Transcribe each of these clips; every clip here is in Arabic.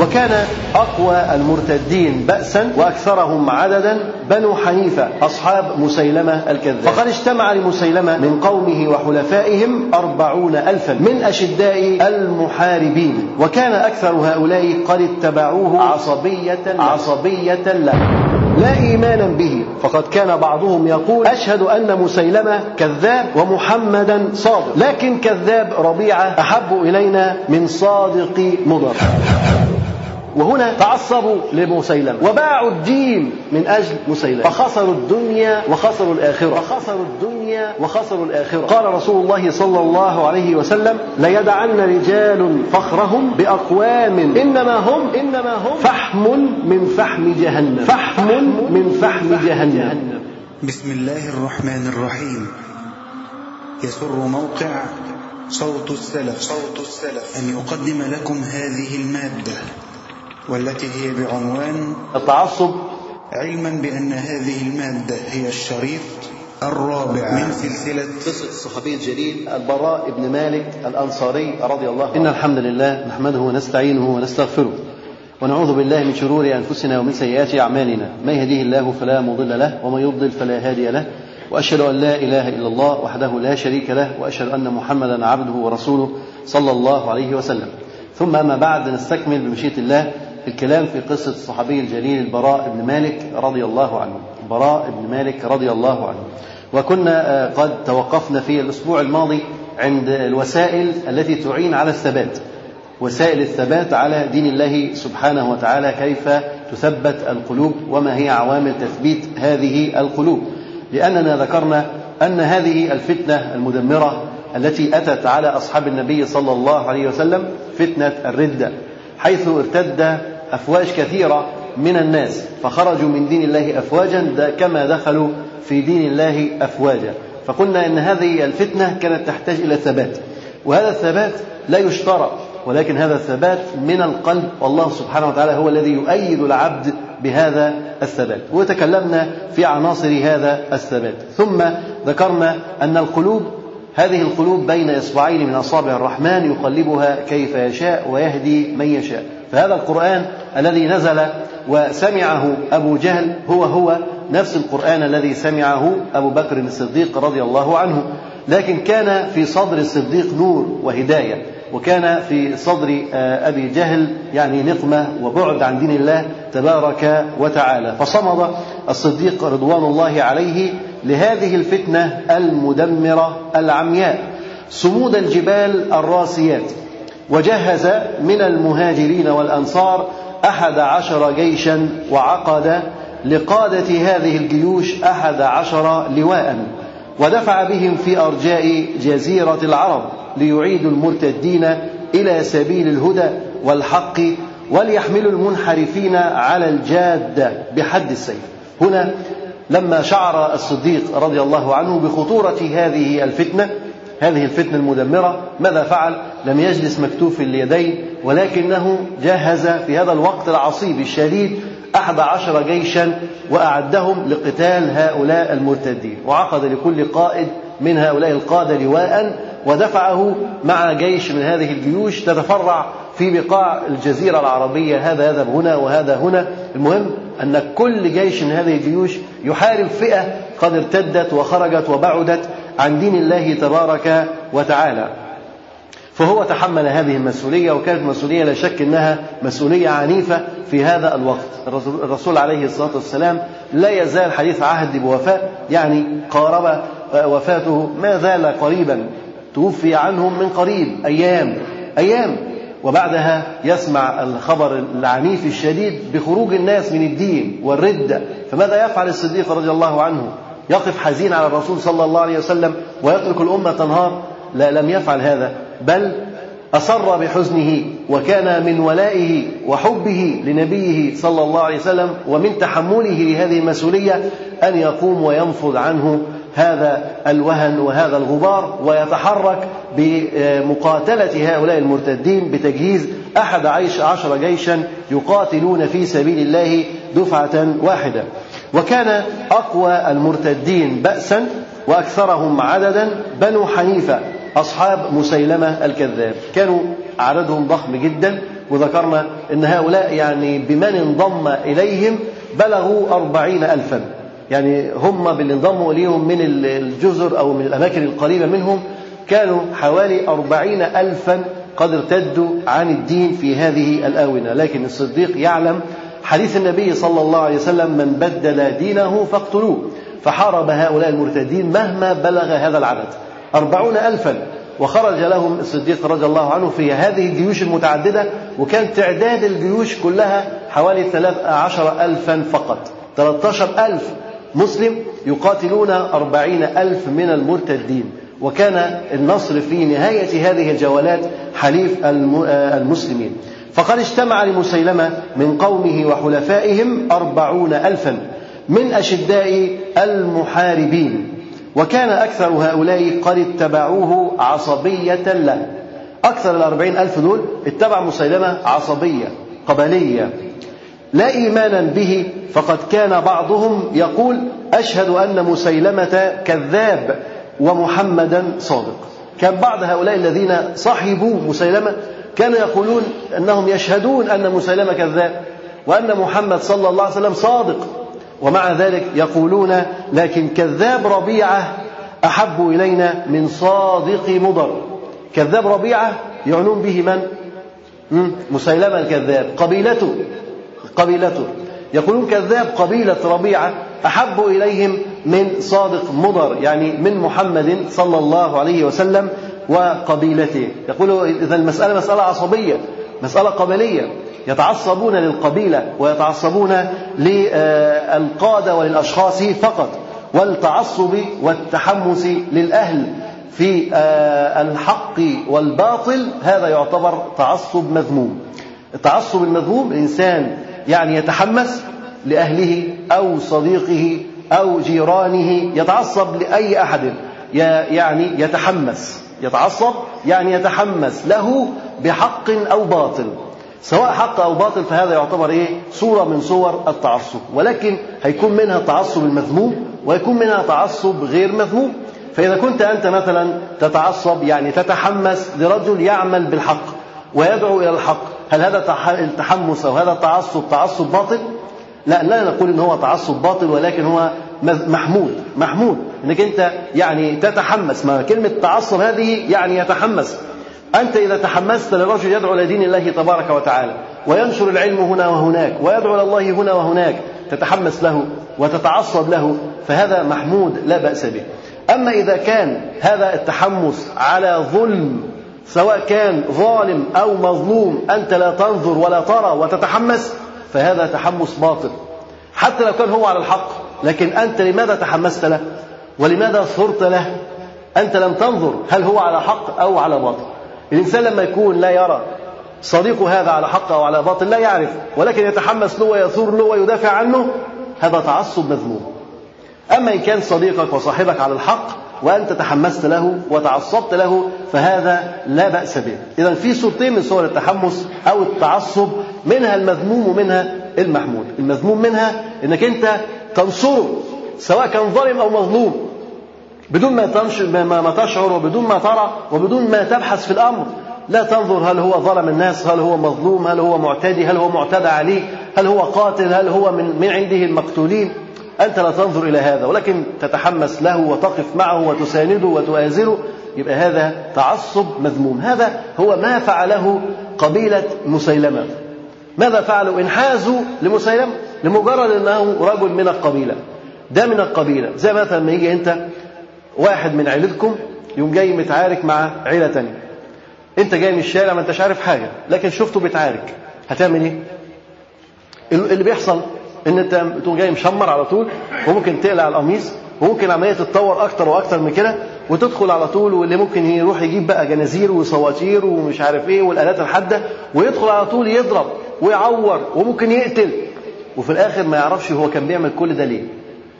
وكان أقوى المرتدين بأسا وأكثرهم عددا بنو حنيفة أصحاب مسيلمة الكذاب، فقد اجتمع لمسيلمة من قومه وحلفائهم 40,000 من أشداء المحاربين، وكان أكثر هؤلاء قد اتبعوه عصبية له لا إيمانا به، فقد كان بعضهم يقول أشهد أن مسيلمة كذاب ومحمدا صادق، لكن كذاب ربيعة أحب إلينا من صادق مضر. وهنا تعصبوا لمسيلمة وباعوا الدين من أجل مسيلمة، فخسروا الدنيا وخسروا الآخرة. قال رسول الله صلى الله عليه وسلم ليدعن رجال فخرهم بأقوام إنما هم فحم من فحم جهنم. بسم الله الرحمن الرحيم. يسر موقع صوت السلف أن يقدم لكم هذه المادة، والتي هي بعنوان التعصب، علما بأن هذه المادة هي الشريط الرابع من سلسلة قصة الصحابي الجليل البراء بن مالك الأنصاري رضي الله عنه. إن الحمد لله نحمده ونستعينه ونستغفره، ونعوذ بالله من شرور أنفسنا ومن سيئات أعمالنا، من يهديه الله فلا مضل له ومن يضلل فلا هادي له، وأشهد أن لا إله إلا الله وحده لا شريك له، وأشهد أن محمدا عبده ورسوله صلى الله عليه وسلم. ثم أما بعد، نستكمل بمشيئة الله الكلام في قصة الصحابي الجليل البراء بن مالك رضي الله عنه. وكنا قد توقفنا في الأسبوع الماضي عند الوسائل التي تعين على الثبات، وسائل الثبات على دين الله سبحانه وتعالى، كيف تثبت القلوب وما هي عوامل تثبيت هذه القلوب. لأننا ذكرنا أن هذه الفتنة المدمرة التي أتت على أصحاب النبي صلى الله عليه وسلم فتنة الردة، حيث ارتد أفواج كثيرة من الناس فخرجوا من دين الله أفواجا كما دخلوا في دين الله أفواجا. فقلنا إن هذه الفتنة كانت تحتاج إلى ثبات، وهذا الثبات لا يشترى، ولكن هذا الثبات من القلب، والله سبحانه وتعالى هو الذي يؤيد العبد بهذا الثبات. وتكلمنا في عناصر هذا الثبات، ثم ذكرنا أن هذه القلوب بين إصبعين من أصابع الرحمن يقلبها كيف يشاء ويهدي من يشاء. فهذا القرآن الذي نزل وسمعه أبو جهل هو نفس القرآن الذي سمعه أبو بكر الصديق رضي الله عنه، لكن كان في صدر الصديق نور وهداية، وكان في صدر أبي جهل يعني نقمة وبعد عن دين الله تبارك وتعالى. فصمد الصديق رضوان الله عليه لهذه الفتنة المدمرة العمياء صمود الجبال الراسيات، وجهز من المهاجرين والأنصار 11 جيشا، وعقد لقادة هذه الجيوش 11 لواء، ودفع بهم في أرجاء جزيرة العرب ليعيدوا المرتدين إلى سبيل الهدى والحق، وليحملوا المنحرفين على الجادة بحد السيف. هنا لما شعر الصديق رضي الله عنه بخطورة هذه الفتنة المدمرة، ماذا فعل؟ لم يجلس مكتوف اليدين، ولكنه جهز في هذا الوقت العصيب الشديد 11 جيشا، وأعدهم لقتال هؤلاء المرتدين، وعقد لكل قائد من هؤلاء القادة لواء، ودفعه مع جيش من هذه الجيوش تتفرع في بقاع الجزيرة العربية، هذا يذهب هنا وهذا هنا. المهم أن كل جيش من هذه الجيوش يحارب فئة قد ارتدت وخرجت وبعدت عن دين الله تبارك وتعالى. فهو تحمل هذه المسؤولية، وكانت مسؤولية لا شك أنها مسؤولية عنيفة في هذا الوقت. الرسول عليه الصلاة والسلام لا يزال حديث عهد بوفاء، يعني قارب وفاته، ما زال قريبا، توفي عنهم من قريب أيام، وبعدها يسمع الخبر العنيف الشديد بخروج الناس من الدين والردة. فماذا يفعل الصديق رضي الله عنه؟ يقف حزين على الرسول صلى الله عليه وسلم ويترك الأمة تنهار؟ لا، لم يفعل هذا، بل أصر بحزنه، وكان من ولائه وحبه لنبيه صلى الله عليه وسلم ومن تحمله لهذه المسؤولية أن يقوم وينفض عنه هذا الوهن وهذا الغبار، ويتحرك بمقاتلة هؤلاء المرتدين بتجهيز 11 جيشا يقاتلون في سبيل الله دفعة واحدة. وكان أقوى المرتدين بأسا وأكثرهم عددا بنو حنيفة أصحاب مسيلمة الكذاب، كانوا عددهم ضخم جدا، وذكرنا أن هؤلاء يعني بمن انضم إليهم بلغوا 40,000، يعني هم باللي انضموا إليهم من الجزر أو من الأماكن القريبة منهم كانوا حوالي 40,000 قد ارتدوا عن الدين في هذه الآونة. لكن الصديق يعلم حديث النبي صلى الله عليه وسلم: من بدل دينه فاقتلوه. فحارب هؤلاء المرتدين مهما بلغ هذا العدد 40,000، وخرج لهم الصديق رضي الله عنه في هذه الجيوش المتعددة، وكان تعداد الجيوش كلها حوالي 13,000 فقط. 13,000 مسلم يقاتلون 40,000 من المرتدين. وكان النصر في نهاية هذه الجولات حليف المسلمين. فقد اجتمع لمسيلمة من قومه وحلفائهم 40,000 من أشداء المحاربين، وكان أكثر هؤلاء قد اتبعوه عصبية له. أكثر 40,000 دول اتبع مسيلمة عصبية قبلية لا إيمانا به، فقد كان بعضهم يقول: أشهد أن مسيلمة كذاب ومحمدا صادق. كان بعض هؤلاء الذين صحبوا مسيلمة كانوا يقولون أنهم يشهدون أن مسيلمة كذاب وأن محمد صلى الله عليه وسلم صادق، ومع ذلك يقولون: لكن كذاب ربيعة أحب إلينا من صادق مضر. كذاب ربيعة يعنون به من؟ مسيلمة الكذاب، قبيلته يقولون كذاب قبيلة ربيعة أحب إليهم من صادق مضر، يعني من محمد صلى الله عليه وسلم وقبيلته. يقولوا إذا المسألة مسألة عصبية، مسألة قبلية، يتعصبون للقبيلة ويتعصبون للقادة وللأشخاص فقط، والتعصب والتحمس للأهل في الحق والباطل هذا يعتبر تعصب مذموم. التعصب المذموم الإنسان يعني يتحمس لأهله أو صديقه أو جيرانه، يتعصب لأي أحد، يعني يتعصب يعني يتحمس له بحق أو باطل، سواء حق أو باطل، فهذا يعتبر صورة من صور التعصب. ولكن هيكون منها التعصب المذموم ويكون منها تعصب غير مذموم. فإذا كنت أنت مثلا تتعصب يعني تتحمس لرجل يعمل بالحق ويدعو إلى الحق، هل هذا التحمس أو هذا التعصب تعصب باطل؟ لا نقول إن هو تعصب باطل، ولكن هو محمود إنك أنت يعني تتحمس. ما كلمة تعصب هذه يعني يتحمس. أنت إذا تحمست لرجل يدعو إلى دين الله تبارك وتعالى وينشر العلم هنا وهناك ويدعو إلى الله هنا وهناك، تتحمس له وتتعصب له، فهذا محمود لا بأس به. أما إذا كان هذا التحمس على ظلم، سواء كان ظالم أو مظلوم، أنت لا تنظر ولا ترى وتتحمس، فهذا تحمس باطل حتى لو كان هو على الحق. لكن أنت لماذا تحمست له ولماذا ثرت له؟ أنت لم تنظر هل هو على حق أو على باطل. الإنسان لما يكون لا يرى صديقه هذا على حق أو على باطل لا يعرف، ولكن يتحمس له ويثور له ويدافع عنه، هذا تعصب مذموم. أما إن كان صديقك وصاحبك على الحق وأنت تحمست له وتعصبت له، فهذا لا بأس به. إذن في صورتين من صور التحمس أو التعصب، منها المذموم ومنها المحمود. المذموم منها أنك أنت تنصره سواء كان ظالم أو مظلوم بدون ما تشعر وبدون ما ترى وبدون ما تبحث في الأمر. لا تنظر هل هو ظلم الناس، هل هو مظلوم، هل هو معتدي، هل هو معتدى عليه، هل هو قاتل، هل هو من عنده المقتولين. أنت لا تنظر إلى هذا، ولكن تتحمس له وتقف معه وتسانده وتؤازره، يبقى هذا تعصب مذموم. هذا هو ما فعله قبيلة مسيلمة. ماذا فعلوا؟ انحازوا لمسيلمة لمجرد أنه رجل من القبيلة، ده من القبيلة. زي مثلا ما يجي أنت واحد من عيلتكم يوم جاي متعارك مع عيلة تانية، أنت جاي من الشارع ما أنتش عارف حاجة، لكن شفته بيتعارك، هتعمل إيه؟ اللي بيحصل ان انت تقوم جاي مشمر على طول، وممكن تقلع القميص، وممكن عمليه تتطور اكتر واكتر من كده، وتدخل على طول، واللي ممكن يروح يجيب بقى جنازير وصواتير ومش عارف ايه والالات الحاده، ويدخل على طول يضرب ويعور وممكن يقتل، وفي الاخر ما يعرفش هو كان بيعمل كل ده ليه.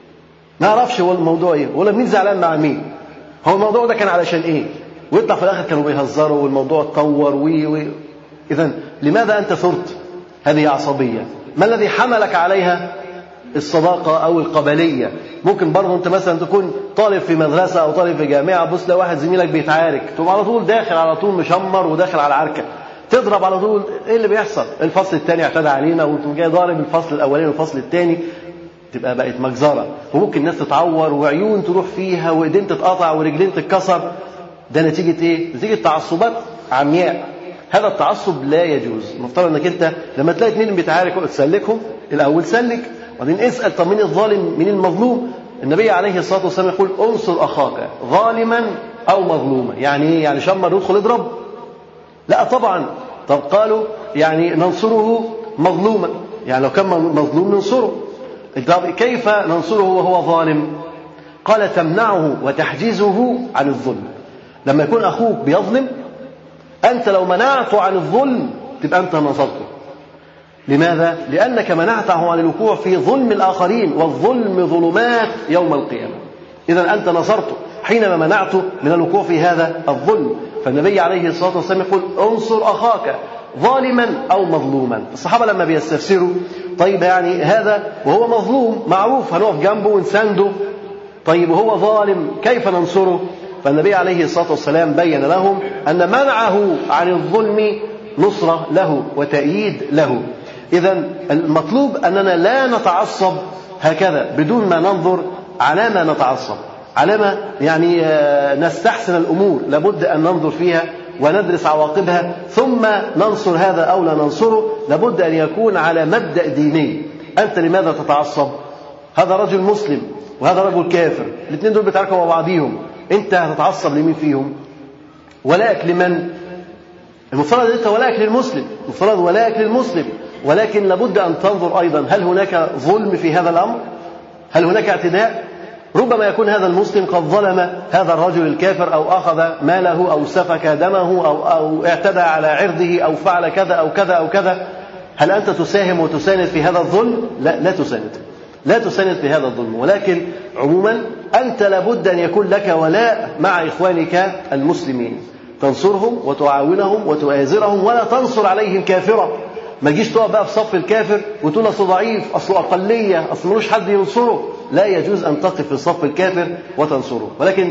ما يعرفش هو الموضوع ايه، ولا مين زعلان مع مين، هو الموضوع ده كان علشان ايه، ويطلع في الاخر كانوا بيهزروا والموضوع اتطور اذا لماذا انت ثرت؟ هذه عصبيه. ما الذي حملك عليها؟ الصداقة أو القبلية. ممكن برضه أنت مثلا تكون طالب في مدرسة أو طالب في جامعة، بص لواحد زميلك بيتعارك، تقوم على طول داخل على طول مشمر وداخل على العركة. تضرب على طول. ايه اللي بيحصل؟ الفصل الثاني اعتدى علينا وانتم جاي ضارب الفصل الاولاني والفصل الثاني، تبقى بقت مجزره، وممكن الناس تتعور وعيون تروح فيها وايدين تتقطع ورجلين تتكسر. ده نتيجه ايه؟ نتيجه تعصبات عمياء. هذا التعصب لا يجوز. المفترض انك انت لما تلاقي اثنين بيتعاركوا تسلكهم الاول، سلك وبعدين اسال طب مين الظالم مين المظلوم. النبي عليه الصلاه والسلام يقول انصر اخاك ظالما او مظلوما. يعني ايه؟ يعني شمر يدخل يضرب؟ لا طبعا. طب قالوا يعني ننصره مظلوما، يعني لو كان مظلوم ننصره. طب كيف ننصره وهو ظالم؟ قال تمنعه وتحجزه عن الظلم. لما يكون اخوك بيظلم، انت لو منعته عن الظلم تبقى انت نصرته. لماذا؟ لانك منعته عن الوقوع في ظلم الاخرين، والظلم ظلمات يوم القيامه. اذا انت نصرته حينما منعته من الوقوع في هذا الظلم. فالنبي عليه الصلاه والسلام يقول انصر اخاك ظالما او مظلوما. الصحابه لما بيستفسروا طيب يعني هذا وهو مظلوم معروف هنقف جنبه ونسنده، طيب وهو ظالم كيف ننصره؟ فالنبي عليه الصلاه والسلام بين لهم ان منعه عن الظلم نصره له وتأييد له. اذا المطلوب اننا لا نتعصب هكذا بدون ما ننظر على ما نتعصب، على ما يعني نستحسن الامور، لابد ان ننظر فيها وندرس عواقبها ثم ننصر هذا أو لا ننصره. لابد أن يكون على مبدأ ديني. أنت لماذا تتعصب؟ هذا رجل مسلم وهذا رجل كافر، الاثنين دول بيتعاركوا مع بعضيهم، أنت هتتعصب لمين فيهم؟ ولاك لمن؟ المفترض أنت ولاك للمسلم، المفترض ولاك للمسلم، ولكن لابد أن تنظر أيضا هل هناك ظلم في هذا الأمر؟ هل هناك اعتداء؟ ربما يكون هذا المسلم قد ظلم هذا الرجل الكافر أو أخذ ماله أو سفك دمه أو اعتدى على عرضه أو فعل كذا أو كذا أو كذا. هل أنت تساهم وتساند في هذا الظلم؟ لا تساند، لا تساند في هذا الظلم. ولكن عموما أنت لابد أن يكون لك ولاء مع إخوانك المسلمين، تنصرهم وتعاونهم وتؤازرهم ولا تنصر عليهم كافرا. ما تجيش تقف بقى في صف الكافر وتقول اصله ضعيف، اصله اقليه، اصله ملوش حد ينصره. لا يجوز ان تقف في صف الكافر وتنصره، ولكن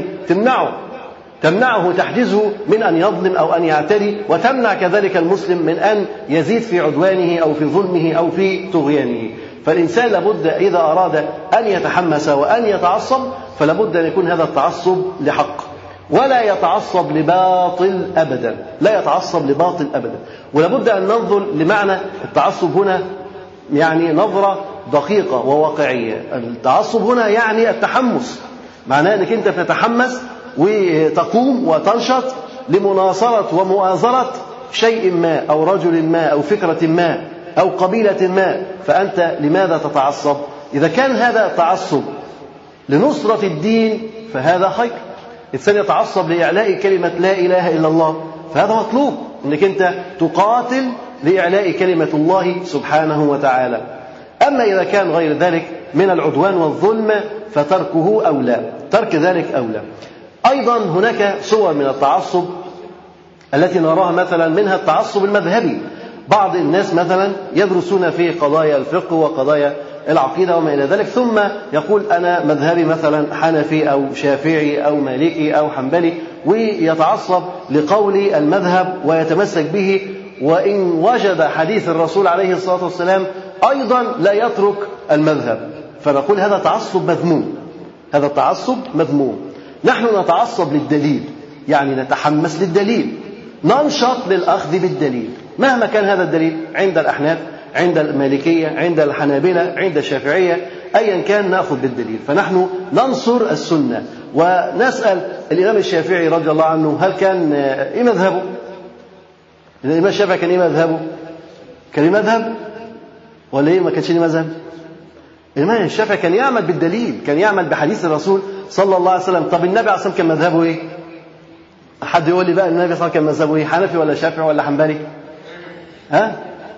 تمنعه وتحجزه من ان يظلم او ان يعتدي، وتمنع كذلك المسلم من ان يزيد في عدوانه او في ظلمه او في طغيانه. فالانسان لابد اذا اراد ان يتحمس وان يتعصب فلابد ان يكون هذا التعصب لحق، ولا يتعصب لباطل أبدا، لا يتعصب لباطل أبدا. ولابد أن ننظر لمعنى التعصب هنا، يعني نظرة دقيقة وواقعية. التعصب هنا يعني التحمس، معناه أنك أنت تتحمس وتقوم وتنشط لمناصرة ومؤازرة شيء ما أو رجل ما أو فكرة ما أو قبيلة ما. فأنت لماذا تتعصب؟ إذا كان هذا التعصب لنصرة الدين فهذا خير. الإنسان يتعصب لإعلاء كلمة لا إله إلا الله، فهذا مطلوب أنك أنت تقاتل لإعلاء كلمة الله سبحانه وتعالى. أما إذا كان غير ذلك من العدوان والظلم فتركه أولى، ترك ذلك أولى. أيضا هناك صور من التعصب التي نراها، مثلا منها التعصب المذهبي. بعض الناس مثلا يدرسون في قضايا الفقه وقضايا العقيدة وما إلى ذلك، ثم يقول أنا مذهبي مثلا حنفي أو شافعي أو مالكي أو حنبلي، ويتعصب لقول المذهب ويتمسك به، وإن وجد حديث الرسول عليه الصلاة والسلام أيضا لا يترك المذهب. فنقول هذا تعصب مذموم، هذا التعصب مذموم. نحن نتعصب للدليل، يعني نتحمس للدليل، ننشط للأخذ بالدليل مهما كان هذا الدليل، عند الأحناف، عند المالكية، عند الحنابلة، عند الشافعية، أيا كان نأخذ بالدليل. فنحن ننصر السنة. ونسأل الإمام الشافعي رضي الله عنه هل كان إيه مذهبه؟ الإمام الشافعي كان إيه مذهبه؟ كان إيه مذهب؟ ولا إيه ما كانش إيه مذهب؟ الإمام الشافعي كان يعمل بالدليل، كان يعمل بحديث الرسول صلى الله عليه وسلم. طب النبي عليه الصلاة والسلام كان مذهبه إيه؟ حد يقول لي بقى النبي صلى الله عليه وسلم كان مذهبه إيه؟ حنفي ولا شافعي ولا حنبلي؟ ها؟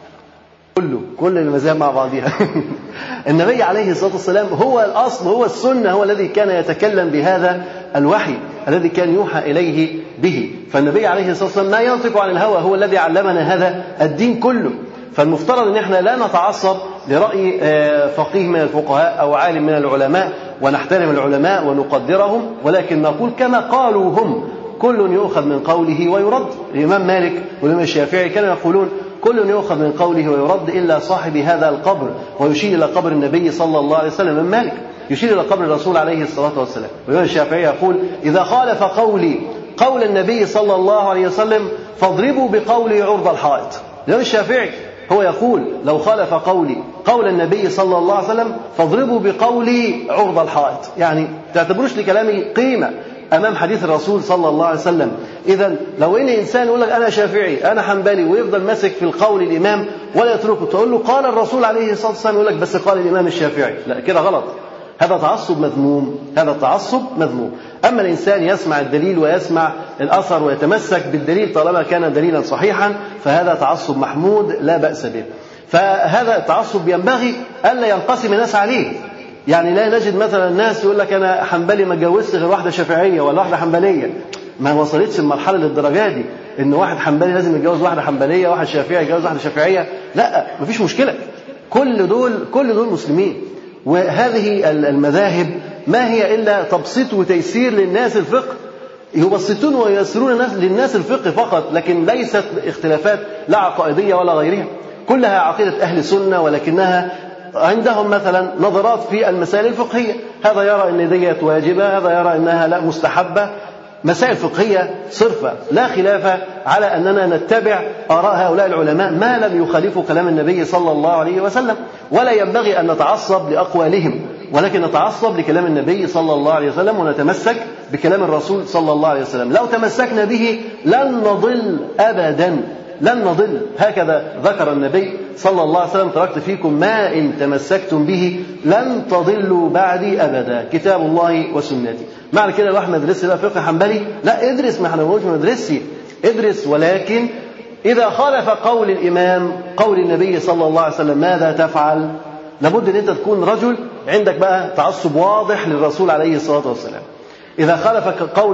كل المذاهب مع بعضها. النبي عليه الصلاة والسلام هو الأصل، هو السنة، هو الذي كان يتكلم بهذا الوحي الذي كان يوحى إليه به. فالنبي عليه الصلاة والسلام لا ينطق عن الهوى، هو الذي علمنا هذا الدين كله. فالمفترض أن احنا لا نتعصب لرأي فقيه من الفقهاء أو عالم من العلماء، ونحترم العلماء ونقدرهم، ولكن نقول كما قالوا هم، كل يؤخذ من قوله ويرد. الإمام مالك والإمام الشافعي كانوا يقولون كل يؤخذ من قوله ويرد إلا صاحب هذا القبر، ويشير إلى قبر النبي صلى الله عليه وسلم. الإمام مالك يشير إلى قبر الرسول عليه الصلاة والسلام. والإمام الشافعي يقول إذا خالف قولي قول النبي صلى الله عليه وسلم فاضربوا بقولي عرض الحائط. الإمام الشافعي هو يقول لو خالف قولي قول النبي صلى الله عليه وسلم فاضربوا بقولي عرض الحائط، يعني تعتبروش لكلامي قيمة أمام حديث الرسول صلى الله عليه وسلم. إذا لو إن إنسان يقول لك أنا شافعي أنا حنبلي ويفضل ماسك في القول الإمام ولا يتركه، تقول له قال الرسول عليه الصلاة والسلام، يقول لك بس قال الإمام الشافعي، لا كده غلط، هذا تعصب مذموم، هذا تعصب مذموم. أما الإنسان يسمع الدليل ويسمع الأثر ويتمسك بالدليل طالما كان دليلا صحيحا فهذا تعصب محمود لا بأس به. فهذا التعصب ينبغي ألا ينقسم الناس عليه. يعني لا نجد مثلا الناس يقول لك أنا حنبلي ما اتجوزت غير واحدة شافعية ولا واحدة حنبلية، ما وصلتش المرحلة للدرجة دي إن واحد حنبلي لازم يتجوز واحدة حنبلية، واحد شافعي يتجوز واحدة شافعية، لا مفيش مشكلة، كل دول مسلمين. وهذه المذاهب ما هي إلا تبسيط وتيسير للناس الفقه، يبسطون وييسرون للناس الفقه فقط، لكن ليست اختلافات لا عقائدية ولا غيرها، كلها عقيدة أهل السنة، ولكنها عندهم مثلا نظرات في المسائل الفقهية، هذا يرى أن ديت واجبة، هذا يرى أنها لا مستحبة، مسائل فقهية صرفة لا خلاف على أننا نتبع آراء هؤلاء العلماء ما لم يخالفوا كلام النبي صلى الله عليه وسلم، ولا ينبغي أن نتعصب لأقوالهم، ولكن نتعصب لكلام النبي صلى الله عليه وسلم ونتمسك بكلام الرسول صلى الله عليه وسلم. لو تمسكنا به لن نضل أبدا، لن نضل، هكذا ذكر النبي صلى الله عليه وسلم تركت فيكم ما إن تمسكتم به لن تضلوا بعدي أبدا، كتاب الله وسنتي. معنى كده الواحد ما يدرسش بقى فقه حنبلي، لا ادرس، ما احنا بنقولش ما ندرسش، ادرس، ولكن إذا خالف قول الإمام قول النبي صلى الله عليه وسلم ماذا تفعل؟ لابد أن أنت تكون رجل عندك بقى تعصب واضح للرسول عليه الصلاة والسلام. إذا خالف قول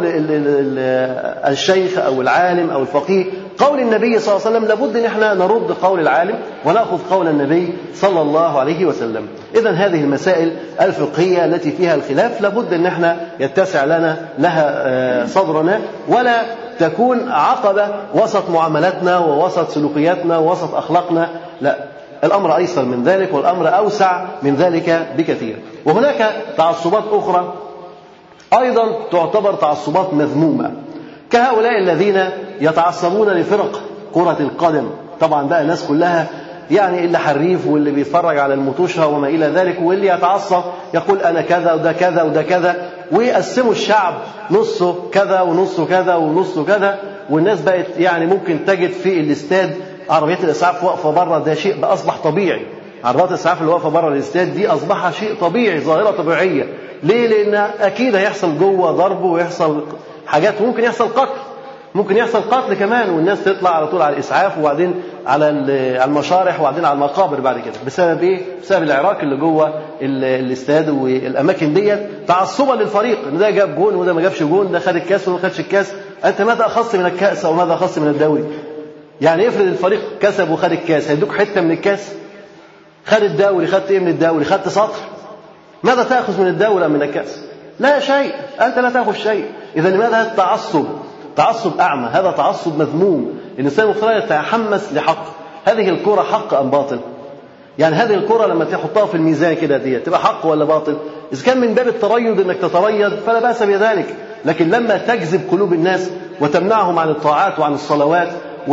الشيخ أو العالم أو الفقيه قول النبي صلى الله عليه وسلم لابد أن احنا نرد قول العالم ونأخذ قول النبي صلى الله عليه وسلم. إذن هذه المسائل الفقهية التي فيها الخلاف لابد أن احنا يتسع لها صدرنا، ولا تكون عقبة وسط معاملاتنا ووسط سلوكياتنا ووسط أخلاقنا، لا، الأمر أيسر من ذلك والأمر أوسع من ذلك بكثير. وهناك تعصبات أخرى أيضا تعتبر تعصبات مذمومة، كهؤلاء الذين يتعصبون لفرق كرة القدم. طبعا بقى الناس كلها يعني اللي حريف واللي بيتفرج على المطوشة وما إلى ذلك، واللي يتعصب يقول أنا كذا وده كذا وده كذا، ويقسموا الشعب نصه كذا ونصه كذا ونصه كذا. والناس بقت يعني ممكن تجد في الاستاد عربيات الإسعاف واقفة بره، ده شيء بقى أصبح طبيعي، عربيات الإسعاف اللي واقفة بره الاستاد دي أصبح شيء طبيعي، ظاهرة طبيعية. ليه؟ لأن أكيد هيحصل جوه ضرب ويحصل حاجات، وممكن يحصل قتل، ممكن يحصل قتل كمان، والناس تطلع على طول على الإسعاف وبعدين على المشارح وبعدين على المقابر بعد كده. بسبب إيه؟ بسبب العراك اللي جوه الاستاد والأماكن دي، تعصبا للفريق، إن ده جاب جون وده ما جابش جون، ده خد الكاس وده ما خدش الكاس. أنت ماذا أخص من الكأس أو ماذا أخص من الدوري؟ يعني افرض الفريق كسب وخد الكاس، هيدوك حتة من الكاس؟ خد الدوري، خدت إيه من الدوري؟ خدت سطر؟ ماذا تأخذ من الدوري من الكأس؟ لا شيء، أنت لا تأخذ شيء. إذا لماذا هذا التعصب؟ تعصب أعمى، هذا تعصب مذموم. الإنسان المفترض يتحمس لحق. هذه الكرة حق أم باطل؟ يعني هذه الكرة لما تحطها في الميزان كده دي تبقى حق ولا باطل؟ إذا كان من باب التريض إنك تتريض فلا بأس بذلك، لكن لما تجذب قلوب الناس وتمنعهم عن الطاعات وعن الصلوات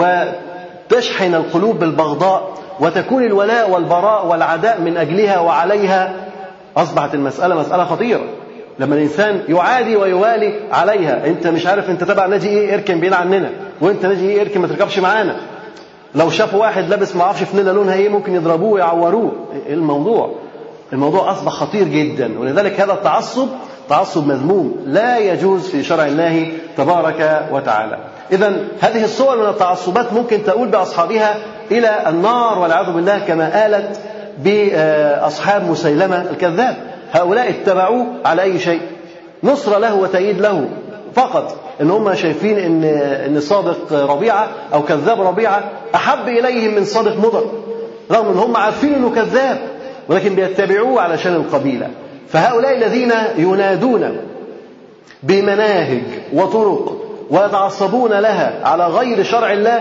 وتشحن القلوب بالبغضاء وتكون الولاء والبراء والعداء من أجلها وعليها، أصبحت المسألة مسألة خطيرة. لما الإنسان يعادي ويوالي عليها، أنت مش عارف أنت تبع نادي إيه، اركن بعيد عننا، وأنت نادي إيه، اركن ما تركبش معانا. لو شافوا واحد لابس ما اعرفش فنينة لونها إيه ممكن يضربوه ويعوروه. الموضوع أصبح خطير جدا، ولذلك هذا التعصب تعصب مذموم لا يجوز في شرع الله تبارك وتعالى. إذن هذه الصور من التعصبات ممكن تؤول بأصحابها إلى النار والعياذ بالله، كما آلت بأصحاب مسيلمة الكذاب. هؤلاء اتبعوه على أي شيء؟ نصر له وتأييد له فقط، إن هم شايفين إن صادق ربيعة أو كذاب ربيعة أحب إليهم من صادق مضر، رغم إن هم عارفين إنه كذاب ولكن بيتبعوه علشان القبيلة. فهؤلاء الذين ينادون بمناهج وطرق ويتعصبون لها على غير شرع الله،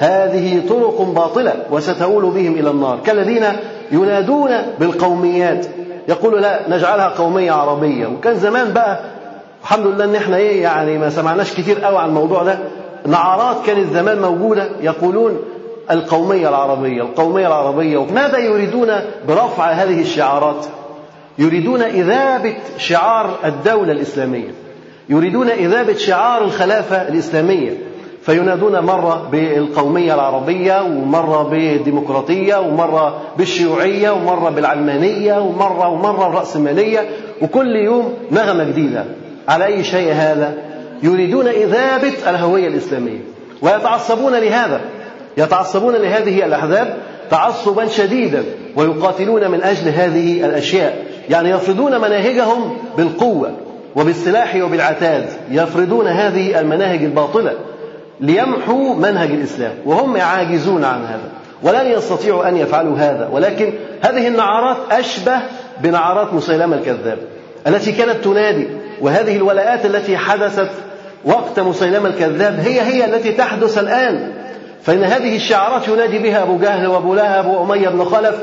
هذه طرق باطلة وستؤول بهم إلى النار. كالذين ينادون بالقوميات، يقولوا لا نجعلها قومية عربية. وكان زمان بقى الحمد لله ان احنا يعني ما سمعناش كتير قوي عن الموضوع ده، نعرات كانت زمان موجودة يقولون القومية العربية القومية العربية. ماذا يريدون برفع هذه الشعارات؟ يريدون إذابة شعار الدولة الإسلامية، يريدون إذابة شعار الخلافة الإسلامية، فينادون مرة بالقومية العربية ومرة بالديمقراطية ومرة بالشيوعية ومرة بالعلمانية ومرة الرأسمالية، وكل يوم نغمة جديدة. على أي شيء هذا؟ يريدون إذابة الهوية الإسلامية، ويتعصبون لهذا، يتعصبون لهذه الأحزاب تعصبا شديدا، ويقاتلون من أجل هذه الأشياء. يعني يفرضون مناهجهم بالقوة وبالسلاح وبالعتاد، يفرضون هذه المناهج الباطلة ليمحوا منهج الإسلام، وهم عاجزون عن هذا ولن يستطيعوا أن يفعلوا هذا. ولكن هذه النعرات أشبه بنعرات مسيلمة الكذاب التي كانت تنادي، وهذه الولاءات التي حدثت وقت مسيلمة الكذاب هي التي تحدث الآن. فإن هذه الشعارات ينادي بها أبو جهل وأبو لهب وأمية بن خلف،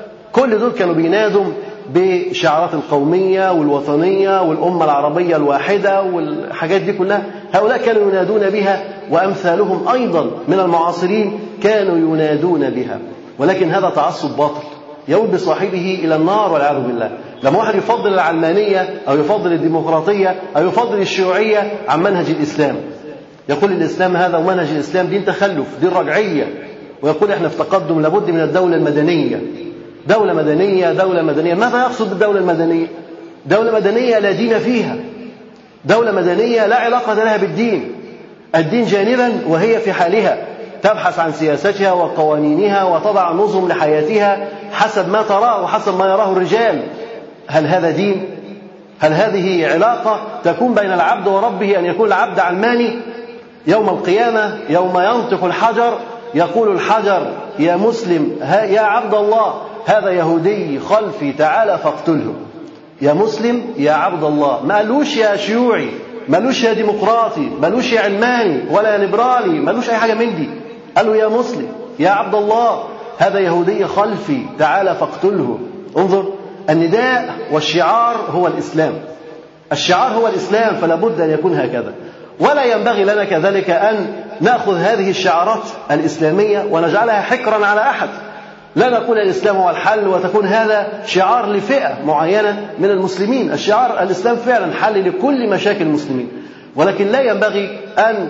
كل دول كانوا بينادوا بشعارات القومية والوطنية والأمة العربية الواحدة والحاجات دي كلها. هؤلاء كانوا ينادون بها، وأمثالهم أيضا من المعاصرين كانوا ينادون بها. ولكن هذا تعصب باطل يؤول بصاحبه إلى النار والعياذ بالله. لما واحد يفضل العلمانية أو يفضل الديمقراطية أو يفضل الشيوعية عن منهج الإسلام، يقول الإسلام هذا ومنهج الإسلام دين تخلف، دين رجعية، ويقول إحنا في تقدم، لابد من الدولة المدنية. دولة مدنية دولة مدنية، ماذا يقصد بالدولة المدنية؟ دولة مدنية لا دين فيها، دولة مدنية لا علاقة لها بالدين، الدين جانبا وهي في حالها تبحث عن سياستها وقوانينها وتضع نظم لحياتها حسب ما تراه وحسب ما يراه الرجال. هل هذا دين؟ هل هذه علاقة تكون بين العبد وربه أن يكون العبد علماني؟ يوم القيامة يوم ينطق الحجر يقول الحجر يا مسلم يا عبد الله هذا يهودي خلفي تعالى فاقتله. يا مسلم يا عبد الله، ما قالوش يا شيوعي، ما قالوش يا ديمقراطي، ما قالوش يا علماني ولا يا ليبرالي، ما قالوش أي حاجة من دي، قالوا يا مسلم يا عبد الله هذا يهودي خلفي تعالى فاقتله. انظر، النداء والشعار هو الإسلام، الشعار هو الإسلام، فلا بد أن يكون هكذا. ولا ينبغي لنا كذلك أن نأخذ هذه الشعارات الإسلامية ونجعلها حكرا على أحد. لا نقول الإسلام هو الحل وتكون هذا شعار لفئة معينة من المسلمين. الشعار الإسلام فعلا حل لكل مشاكل المسلمين، ولكن لا ينبغي أن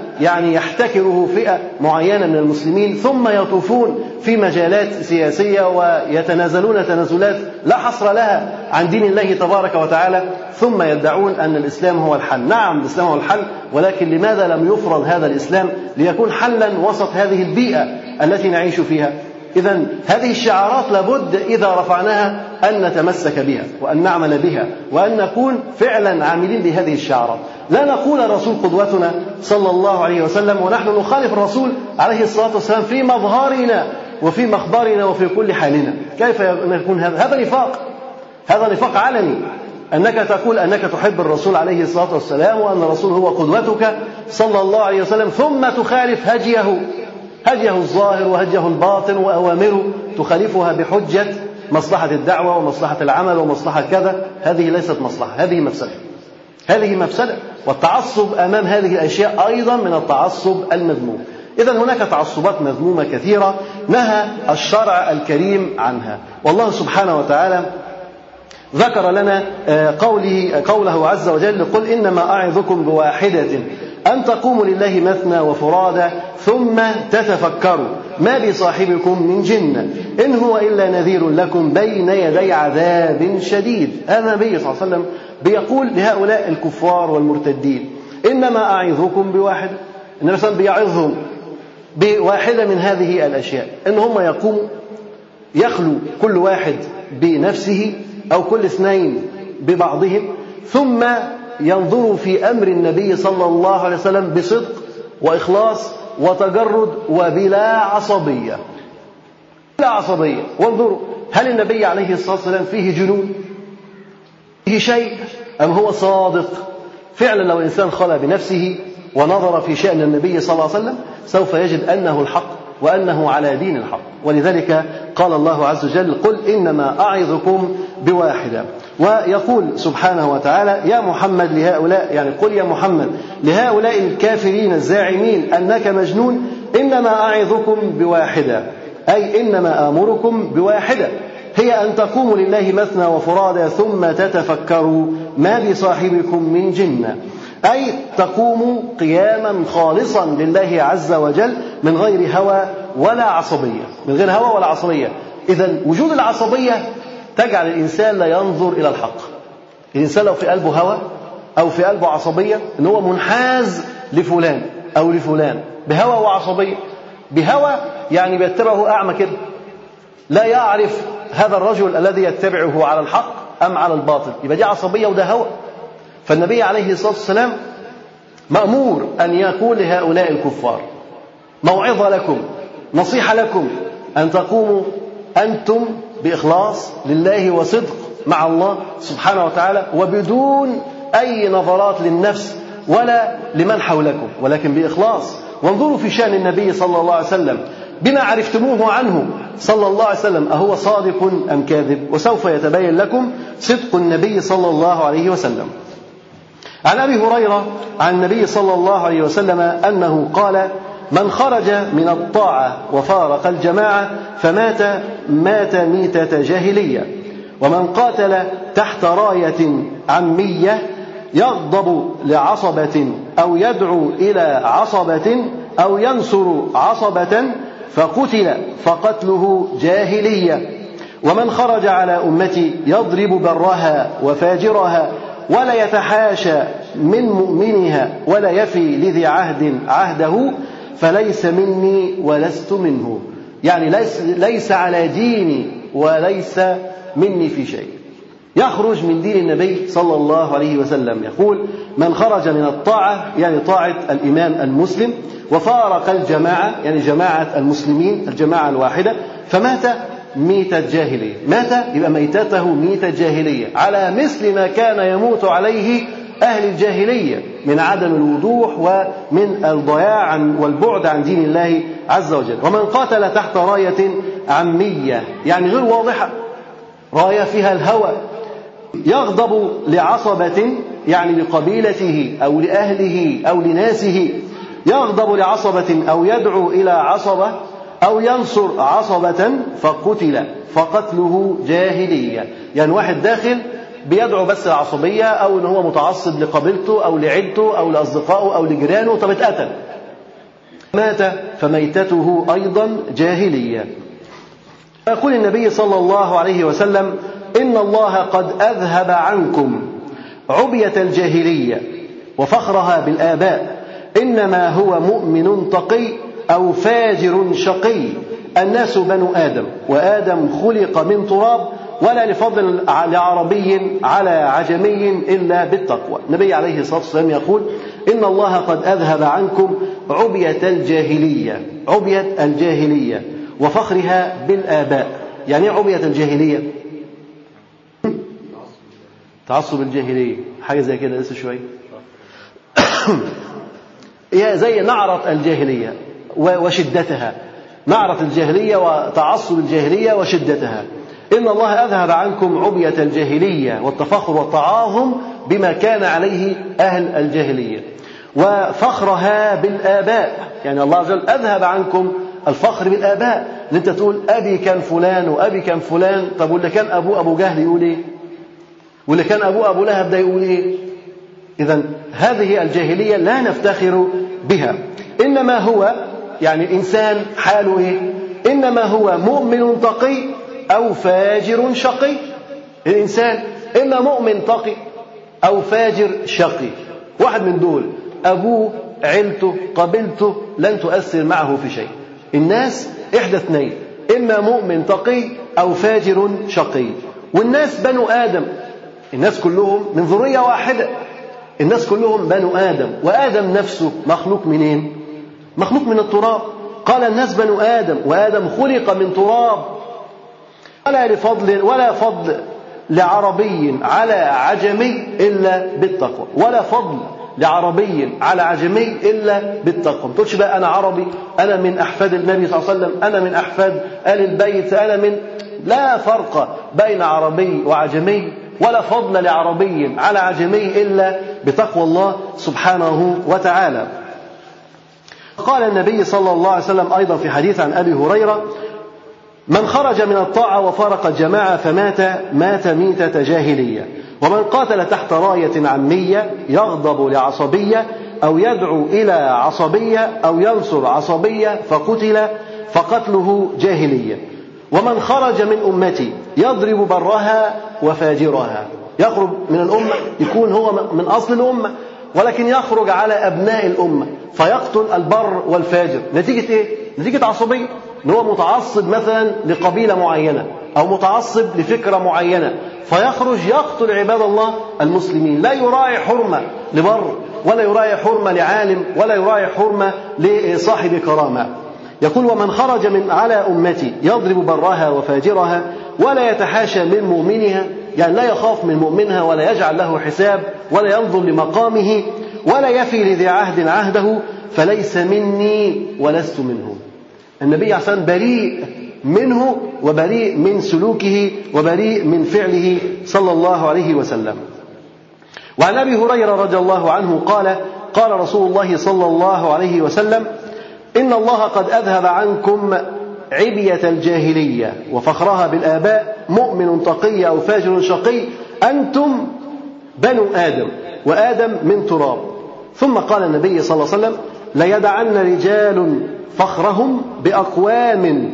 يحتكره فئة معينة من المسلمين ثم يطوفون في مجالات سياسية ويتنازلون تنازلات لا حصر لها عن دين الله تبارك وتعالى، ثم يدعون أن الإسلام هو الحل. نعم الإسلام هو الحل، ولكن لماذا لم يفرض هذا الإسلام ليكون حلا وسط هذه البيئة التي نعيش فيها؟ إذن هذه الشعارات لابد إذا رفعناها أن نتمسك بها وأن نعمل بها وأن نكون فعلا عاملين بهذه الشعارات. لا نقول الرسول قدوتنا صلى الله عليه وسلم ونحن نخالف الرسول عليه الصلاة والسلام في مظهرنا وفي مخبرنا وفي كل حالنا. كيف يكون هذا؟ هذا نفاق، هذا نفاق علني، أنك تقول أنك تحب الرسول عليه الصلاة والسلام وأن الرسول هو قدوتك صلى الله عليه وسلم، ثم تخالف هديه الظاهر وهديه الباطن وأوامره تخالفها بحجة مصلحة الدعوة ومصلحة العمل ومصلحة كذا. هذه ليست مصلحة، هذه مفسدة، هذه مفسدة. والتعصب أمام هذه الأشياء أيضا من التعصب المذموم. إذن هناك تعصبات مذمومة كثيرة نهى الشرع الكريم عنها. والله سبحانه وتعالى ذكر لنا قوله عز وجل قل إنما أعظكم بواحدة أن تقوموا لله مثنى وفرادى ثم تتفكروا ما بصاحبكم من جنة إن هو إلا نذير لكم بين يدي عذاب شديد. هذا النبي صلى الله عليه وسلم بيقول لهؤلاء الكفار والمرتدين إنما أعظكم بواحد. النبي صلى الله عليه وسلم بيعظهم بواحدة من هذه الأشياء، إن هم يقوموا يخلو كل واحد بنفسه أو كل اثنين ببعضهم، ثم ينظروا في أمر النبي صلى الله عليه وسلم بصدق وإخلاص وتجرد وبلا عصبية، بلا عصبية. وانظروا هل النبي عليه الصلاة والسلام فيه جنون، فيه شيء، أم هو صادق؟ فعلا لو الإنسان خلى بنفسه ونظر في شأن النبي صلى الله عليه وسلم سوف يجد أنه الحق وأنه على دين الحق. ولذلك قال الله عز وجل: قل إنما أعظكم بواحدة. ويقول سبحانه وتعالى: يا محمد لهؤلاء، يعني قل يا محمد لهؤلاء الكافرين الزاعمين أنك مجنون، إنما أعظكم بواحدة، أي إنما آمركم بواحدة، هي أن تقوموا لله مثنى وفرادى ثم تتفكروا ما بصاحبكم من جنة، أي تقوموا قياما خالصا لله عز وجل من غير هوى ولا عصبية، من غير هوى ولا عصبية. إذن وجود العصبية تجعل الإنسان لا ينظر إلى الحق. الإنسان لو في قلبه هوى أو في قلبه عصبية، إن هو منحاز لفلان أو لفلان بهوى وعصبية. بهوى يعني بيتبعه أعمى كده، لا يعرف هذا الرجل الذي يتبعه على الحق أم على الباطل، يبقى دي عصبية وده هوى. فالنبي عليه الصلاة والسلام مأمور أن يقول لهؤلاء الكفار: موعظة لكم، نصيحة لكم، أن تقوموا أنتم بإخلاص لله وصدق مع الله سبحانه وتعالى، وبدون أي نظرات للنفس ولا لمن حولكم، ولكن بإخلاص. وانظروا في شأن النبي صلى الله عليه وسلم بما عرفتموه عنه صلى الله عليه وسلم، أهو صادق أم كاذب؟ وسوف يتبين لكم صدق النبي صلى الله عليه وسلم. عن أبي هريرة عن النبي صلى الله عليه وسلم أنه قال: من خرج من الطاعة وفارق الجماعة فمات ميتة جاهلية، ومن قاتل تحت راية عمية يغضب لعصبة أو يدعو إلى عصبة أو ينصر عصبة فقتل فقتله جاهلية، ومن خرج على أمتي يضرب برها وفاجرها ولا يتحاشى من مؤمنها ولا يفي لذي عهد عهده فليس مني ولست منه، يعني ليس على ديني وليس مني في شيء. يخرج من دين النبي صلى الله عليه وسلم. يقول: من خرج من الطاعة، يعني طاعة الإمام المسلم، وفارق الجماعة، يعني جماعة المسلمين الجماعة الواحدة، فمات ميتة جاهلية. مات يبقى ميتته ميتة جاهلية، على مثل ما كان يموت عليه أهل الجاهلية من عدم الوضوح ومن الضياع والبعد عن دين الله عز وجل. ومن قاتل تحت راية عمية، يعني غير واضحة، راية فيها الهوى، يغضب لعصبة، يعني لقبيلته أو لأهله أو لناسه، يغضب لعصبة أو يدعو إلى عصبة أو ينصر عصبة فقتل فقتله جاهلية، يعني واحد داخل بيدعو بس العصبية أو إن هو متعصب لقبيلته أو لعيلته أو لأصدقائه أو لجيرانه، طب اتقتل، مات فميتته أيضا جاهلية. يقول النبي صلى الله عليه وسلم: إن الله قد أذهب عنكم عبية الجاهلية وفخرها بالآباء، إنما هو مؤمن تقي أو فاجر شقي، الناس بنو آدم، وآدم خلق من تراب، ولا لفضل لعربي على عجمي إلا بالتقوى. النبي عليه الصلاة والسلام يقول: إن الله قد أذهب عنكم عبية الجاهلية، عبية الجاهلية وفخرها بالآباء. يعني عبية الجاهلية، تعصب الجاهلية، حاجة زي كده لسه شوية هي زي نعرة الجاهلية وشدتها، نعرة الجاهلية وتعصب الجاهلية وشدتها. إن الله أذهب عنكم عبية الجاهلية والتفخر والتعاظم بما كان عليه أهل الجاهلية، وفخرها بالآباء، يعني الله عز وجل أذهب عنكم الفخر بالآباء، ان انت تقول أبي كان فلان وأبي كان فلان. طب واللي كان أبوه أبو جهل يقول إيه؟ واللي كان أبوه أبو لهب ده يقول إيه؟ إذن هذه الجاهلية لا نفتخر بها. إنما هو يعني الإنسان حاله إيه؟ إنما هو مؤمن تقي أو فاجر شقي. الإنسان إما مؤمن تقي أو فاجر شقي، واحد من دول، أبوه عيلته قبيلته لن تؤثر معه في شيء. الناس إحدى اثنين، إما مؤمن تقي أو فاجر شقي. والناس بنو آدم، الناس كلهم من ذرية واحدة، الناس كلهم بنو آدم، وآدم نفسه مخلوق منين؟ مخلوق من التراب. قال الناس بنو آدم، وآدم خلق من تراب، ولا فضل لعربي على عجمي إلا بالتقوى، ولا فضل لعربي على عجمي إلا بالتقوى. ما تقولش بقى أنا عربي، أنا من أحفاد النبي صلى الله عليه وسلم، أنا من أحفاد آل البيت، أنا من، لا فرق بين عربي وعجمي، ولا فضل لعربي على عجمي إلا بتقوى الله سبحانه وتعالى. قال النبي صلى الله عليه وسلم أيضا في حديث عن أبي هريرة: من خرج من الطاعة وفارق الجماعة مات ميتة جاهلية، ومن قاتل تحت راية عمية يغضب لعصبية أو يدعو إلى عصبية أو ينصر عصبية فقتل فقتله جاهلية، ومن خرج من أمتي يضرب برها وفاجرها. يخرج من الأمة يكون هو من أصل الأمة، ولكن يخرج على أبناء الأمة فيقتل البر والفاجر. نتيجة إيه؟ نتيجة عصبية، إن هو متعصب مثلا لقبيلة معينة أو متعصب لفكرة معينة، فيخرج يقتل عباد الله المسلمين، لا يراعي حرمة لبر، ولا يراعي حرمة لعالم، ولا يراعي حرمة لصاحب كرامة. يقول: ومن خرج من على أمتي يضرب برها وفاجرها ولا يتحاشى من مؤمنها، يعني لا يخاف من مؤمنها ولا يجعل له حساب ولا ينظر لمقامه ولا يفي لذي عهد عهده، فليس مني ولست منه. النبي عليه الصلاة والسلام بريء منه وبريء من سلوكه وبريء من فعله صلى الله عليه وسلم. وعن أبي هريرة رضي الله عنه قال: قال رسول الله صلى الله عليه وسلم: إن الله قد أذهب عنكم عبية الجاهلية وفخرها بالآباء، مؤمن تقي أو فاجر شقي، أنتم بنو آدم وآدم من تراب. ثم قال النبي صلى الله عليه وسلم: ليدعن رجال فخرهم بأقوام،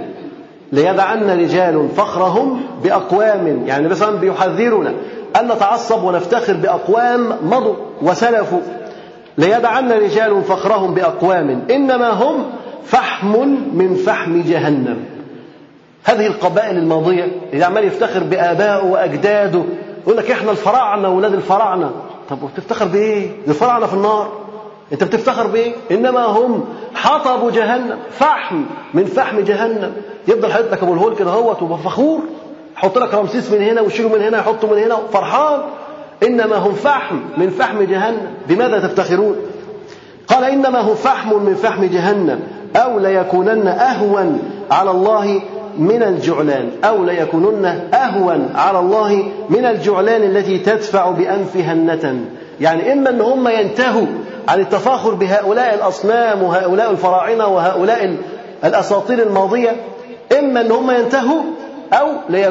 ليدعن رجال فخرهم بأقوام، يعني مثلا بيحذرنا أن نتعصب ونفتخر بأقوام مضوا وسلفوا. ليدعن رجال فخرهم بأقوام إنما هم فحم من فحم جهنم. هذه القبائل الماضية اللي عمال يفتخر بآبائه وأجداده، يقول لك إحنا الفراعنة وولاد الفراعنة. طب وبتفتخر بإيه؟ الفراعنة في النار، أنت بتفتخر بإيه؟ إنما هم حطب جهنم، فحم من فحم جهنم. يفضل حاطط لك أبو الهول كده هوت وفخور، يحط لك رمسيس من هنا ويشيله من هنا يحطه من هنا فرحان. إنما هم فحم من فحم جهنم، بماذا تفتخرون؟ قال: إنما هم فحم من فحم جهنم أو ليكونن أهون على الله من الجعلان، أو ليكونن أهون على الله من الجعلان التي تدفع بأنفها النتن. يعني إما أن هم ينتهوا عن التفاخر بهؤلاء الأصنام وهؤلاء الفراعنة وهؤلاء الأساطير الماضية، إما أن هم ينتهوا، أو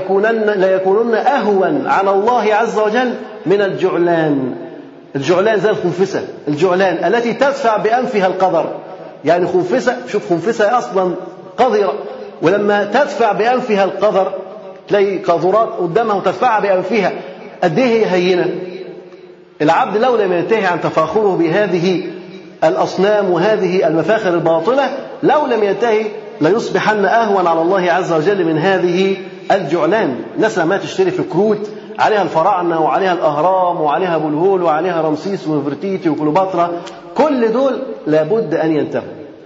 ليكونن أهون على الله عز وجل من الجعلان. الجعلان زي الخنفسة، الجعلان التي تدفع بأنفها القذر. يعني خنفسة، شوف خنفسة أصلا قذرة، ولما تدفع بأنفها القذر تلاقي قاذورات قدامها وتدفع بأنفها، قد إيه هي هينة. العبد لو لم ينتهي عن تفاخره بهذه الأصنام وهذه المفاخر الباطلة، لو لم ينتهي ليصبحن أهون على الله عز وجل من هذه الجعلان. الناس لما تشتري في كروت عليها الفراعنة وعليها الأهرام وعليها أبو الهول وعليها رمسيس ونفرتيتي وكليوباترا، كل دول لابد أن ينتهوا،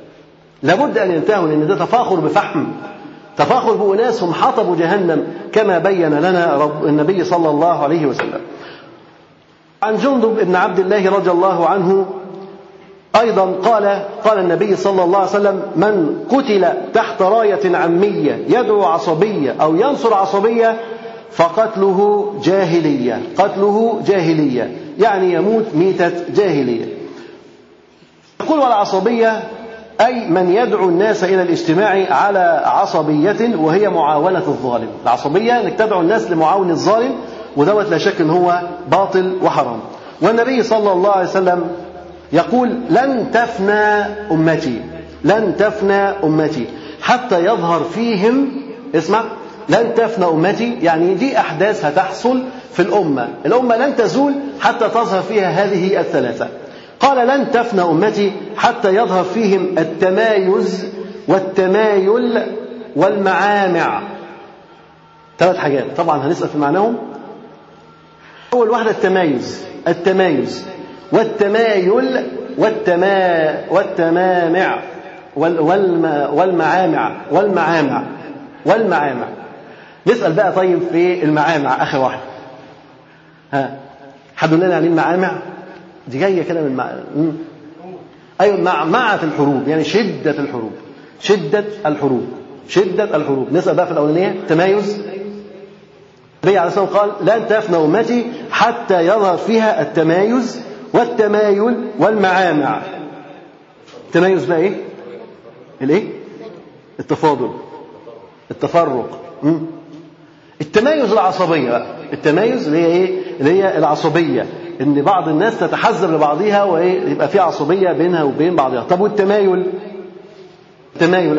لابد أن ينتهوا، لأن ده تفاخر بفحم، تفاخر بأناس هم حطب جهنم كما بين لنا النبي صلى الله عليه وسلم. عن جندب بن عبد الله رضي الله عنه أيضا قال النبي صلى الله عليه وسلم: من قتل تحت راية عمية يدعو عصبية أو ينصر عصبية فقتله جاهلية. قتله جاهلية يعني يموت ميتة جاهلية. يقول: والعصبية أي من يدعو الناس إلى الاجتماع على عصبية وهي معاونة الظالم. العصبية أنك تدعو الناس لمعاون الظالم، ودوت لا شك هو باطل وحرام. والنبي صلى الله عليه وسلم يقول: لن تفنى أمتي، لن تفنى أمتي حتى يظهر فيهم، اسمع، لن تفنى أمتي يعني دي أحداث هتحصل في الأمة لن تزول حتى تظهر فيها هذه الثلاثة. قال: لن تفنى أمتي حتى يظهر فيهم التمايز والتمايل والمعامع. ثلاث حاجات طبعا هنسأل في معناهم. أول واحدة التمايز، التمايز والتمايل والتمامع والمعامع. نسأل بقى طيب في المعامع آخر واحد. حد لنا يعني المعامع؟ دي جاية كده من أيوة معمعة الحروب، يعني شدة الحروب. شدة الحروب، شدة الحروب. نسأل بقى في الأولانية تمايز. النبي عليه الصلاة والسلام قال لن تفنى أمتي حتى يظهر فيها التمايز والتمايل والمعامع. التمايز بقى إيه؟ الإيه؟ التفاضل، التفرق. التمايز العصبية بقى. التمايز اللي هي إيه؟ اللي هي العصبية، إن بعض الناس تتحزب لبعضها ويبقى في عصبية بينها وبين بعضها. طب والتمايل؟ التمايل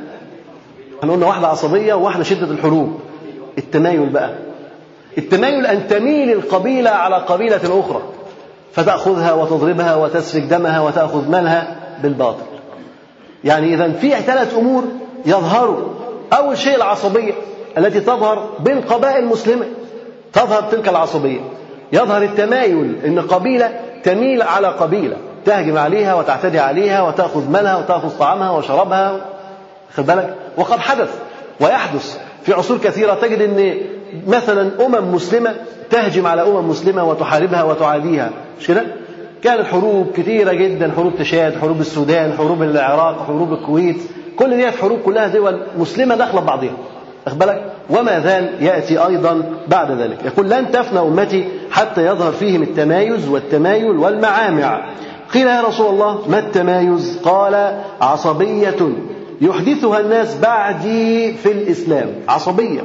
احنا قلنا واحدة عصبية وواحدة شدة الحروب. التمايل بقى، التمايل أن تميل القبيلة على قبيلة أخرى فتأخذها وتضربها وتسفك دمها وتأخذ مالها بالباطل. يعني إذن في 3 أمور يظهروا. أول شيء العصبية التي تظهر بين قبائل مسلمة، تظهر تلك العصبية. يظهر التمايل، إن قبيلة تميل على قبيلة، تهجم عليها وتعتدي عليها وتأخذ مالها وتأخذ طعامها وشرابها. خد بالك؟ وقد حدث ويحدث في عصور كثيرة. تجد أن مثلا مسلمة تهجم على مسلمة وتحاربها وتعاديها، مش كده؟ كانت حروب كثيرة جدا، حروب تشاد، حروب السودان، حروب العراق، حروب الكويت، كل دي حروب كلها دول مسلمة داخلة ببعضها. واخد بالك؟ وما زال يأتي أيضا بعد ذلك. يقول لن تفنى أمتي حتى يظهر فيهم التمايز والتمايل والمعامع. قيل يا رسول الله ما التمايز؟ قال عصبية يحدثها الناس بعدي في الإسلام. عصبية.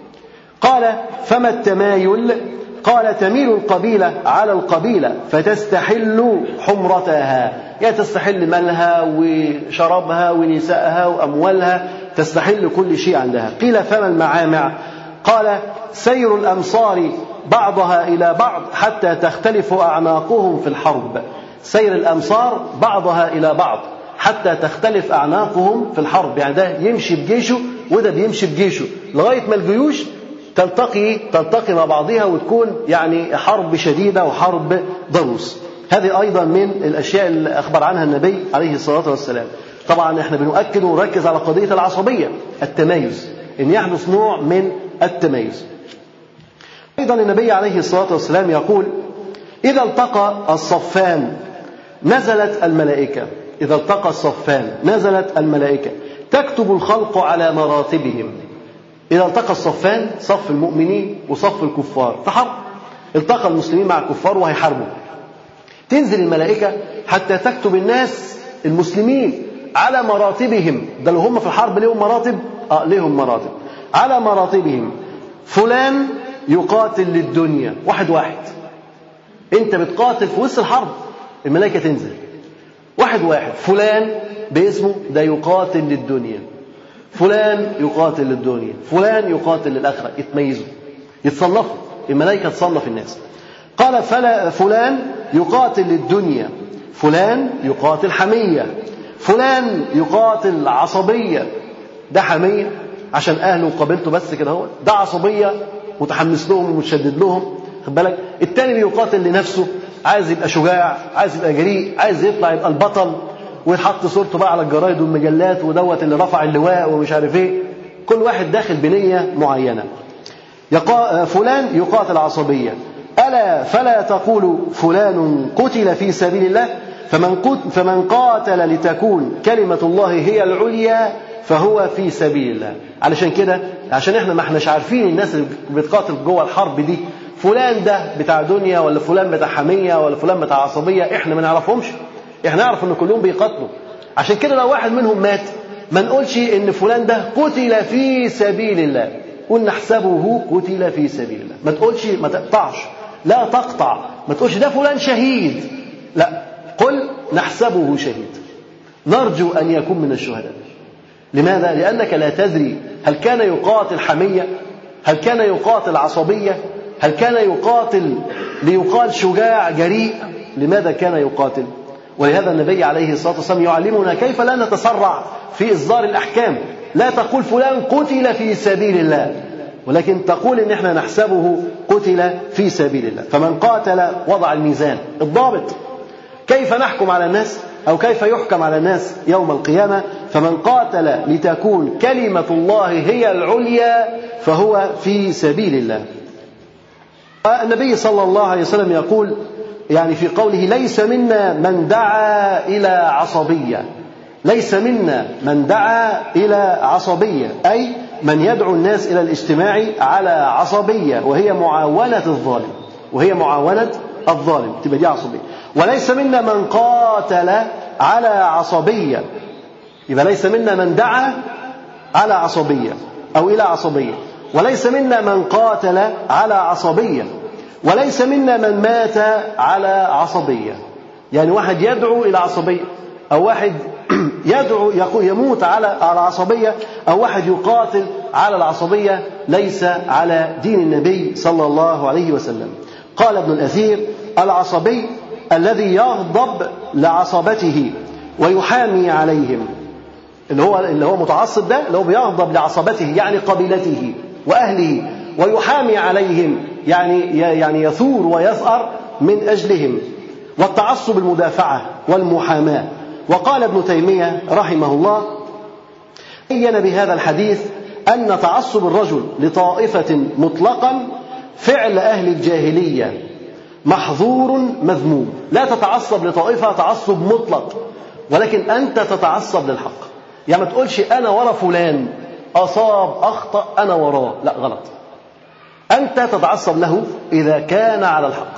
قال فما التمايل؟ قال تميل القبيلة على القبيلة فتستحل حمرتها، يعني تستحل مالها وشرابها ونسائها وأموالها، تستحل كل شيء عندها. قيل فما المعامع؟ قال سير الأمصار بعضها إلى بعض حتى تختلف أعناقهم في الحرب. سير الأمصار بعضها إلى بعض حتى تختلف أعناقهم في الحرب، يعني ده يمشي بجيشه وده بيمشي بجيشه لغاية ما الجيوش تلتقي مع بعضها وتكون يعني حرب شديدة وحرب ضروس. هذه أيضا من الأشياء اللي أخبر عنها النبي عليه الصلاة والسلام. طبعا احنا بنؤكد ونركز على قضية العصبية، التمايز، إن يحدث نوع من التمايز. أيضا النبي عليه الصلاة والسلام يقول إذا التقى الصفان نزلت الملائكة. إذا التقى الصفان نزلت الملائكة تكتب الخلق على مراتبهم. إذا التقى الصفان، صف المؤمنين وصف الكفار في حرب، التقى المسلمين مع الكفار وهيحاربوا، تنزل الملائكة حتى تكتب الناس المسلمين على مراتبهم. ده اللي هم في الحرب ليهم مراتب، ليهم مراتب على مراتبهم. فلان يقاتل للدنيا، واحد انت بتقاتل في وسط الحرب، الملائكة تنزل واحد فلان باسمه ده يقاتل للدنيا، فلان يقاتل للدنيا، فلان يقاتل للآخرة. يتميزوا، يتصنفوا، الملائكة تصنف الناس. قال فلان يقاتل للدنيا، فلان يقاتل حمية، فلان يقاتل عصبية. ده حمية عشان أهله وقبيلته بس كده، هو ده عصبية متحمس لهم ومتشدد لهم. خد بالك؟ التاني بيقاتل لنفسه، عايز يبقى شجاع، عايز يبقى جريء، عايز يطلع يبقى البطل، ويتحط صورته بقى على الجرايد والمجلات ودوت اللي رفع اللواء ومش عارف ايه. كل واحد داخل بنية معينة. فلان يقاتل عصبية. ألا فلا تقول فلان قتل في سبيل الله فمن قاتل لتكون كلمة الله هي العليا فهو في سبيل الله. علشان كده، عشان احنا ما احناش عارفين الناس اللي بتقاتل جوه الحرب دي فلان ده بتاع دنيا ولا فلان بتاع حمية ولا فلان بتاع عصبية، احنا ما نعرفهمش. احنا نعرف ان كلهم بيقاتلوا. عشان كده لو واحد منهم مات ما نقولش ان فلان ده قتل في سبيل الله، قل نحسبه قتل في سبيل الله. ما تقولش، ما تقطعش، لا تقطع، ما تقولش ده فلان شهيد، لا، قل نحسبه شهيد، نرجو أن يكون من الشهداء. لماذا؟ لأنك لا تدري هل كان يقاتل حمية، هل كان يقاتل عصبية، هل كان يقاتل ليقال شجاع جريء. لماذا كان يقاتل؟ ولهذا النبي عليه الصلاة والسلام يعلمنا كيف لا نتسرع في إصدار الأحكام. لا تقول فلان قتل في سبيل الله، ولكن تقول إن احنا نحسبه قتل في سبيل الله. فمن قاتل وضع الميزان، الضابط كيف نحكم على الناس أو كيف يحكم على الناس يوم القيامة. فمن قاتل لتكون كلمة الله هي العليا فهو في سبيل الله. النبي صلى الله عليه وسلم يقول يعني في قوله ليس منا من دعا إلى عصبية، ليس منا من دعا إلى عصبية، أي من يدعو الناس إلى الاجتماع على عصبية وهي معاونة الظالم، وهي معاونة الظالم تبقى دي عصبية. وليس منا من قاتل على عصبية، يبقى ليس منا من دعا على عصبية أو إلى عصبية. وليس منا من قاتل على عصبية. وليس منا من مات على عصبية، يعني واحد يدعو إلى عصبية، أو واحد يدعو يموت على العصبية، أو واحد يقاتل على العصبية، ليس على دين النبي صلى الله عليه وسلم. قال ابن الأثير: العصبي الذي يغضب لعصبته ويحامي عليهم، اللي هو متعصب ده، اللي هو بيغضب لعصبته يعني قبيلته وأهله، ويحامي عليهم يعني يثور ويثأر من أجلهم. والتعصب المدافعة والمحاماة. وقال ابن تيمية رحمه الله: بين بهذا الحديث أن تعصب الرجل لطائفة مطلقا فعل أهل الجاهلية محظور مذموم. لا تتعصب لطائفة تعصب مطلق، ولكن أنت تتعصب للحق. يعني ما تقولش أنا ورا فلان، أصاب أخطأ أنا وراه، لا، غلط. أنت تتعصب له إذا كان على الحق،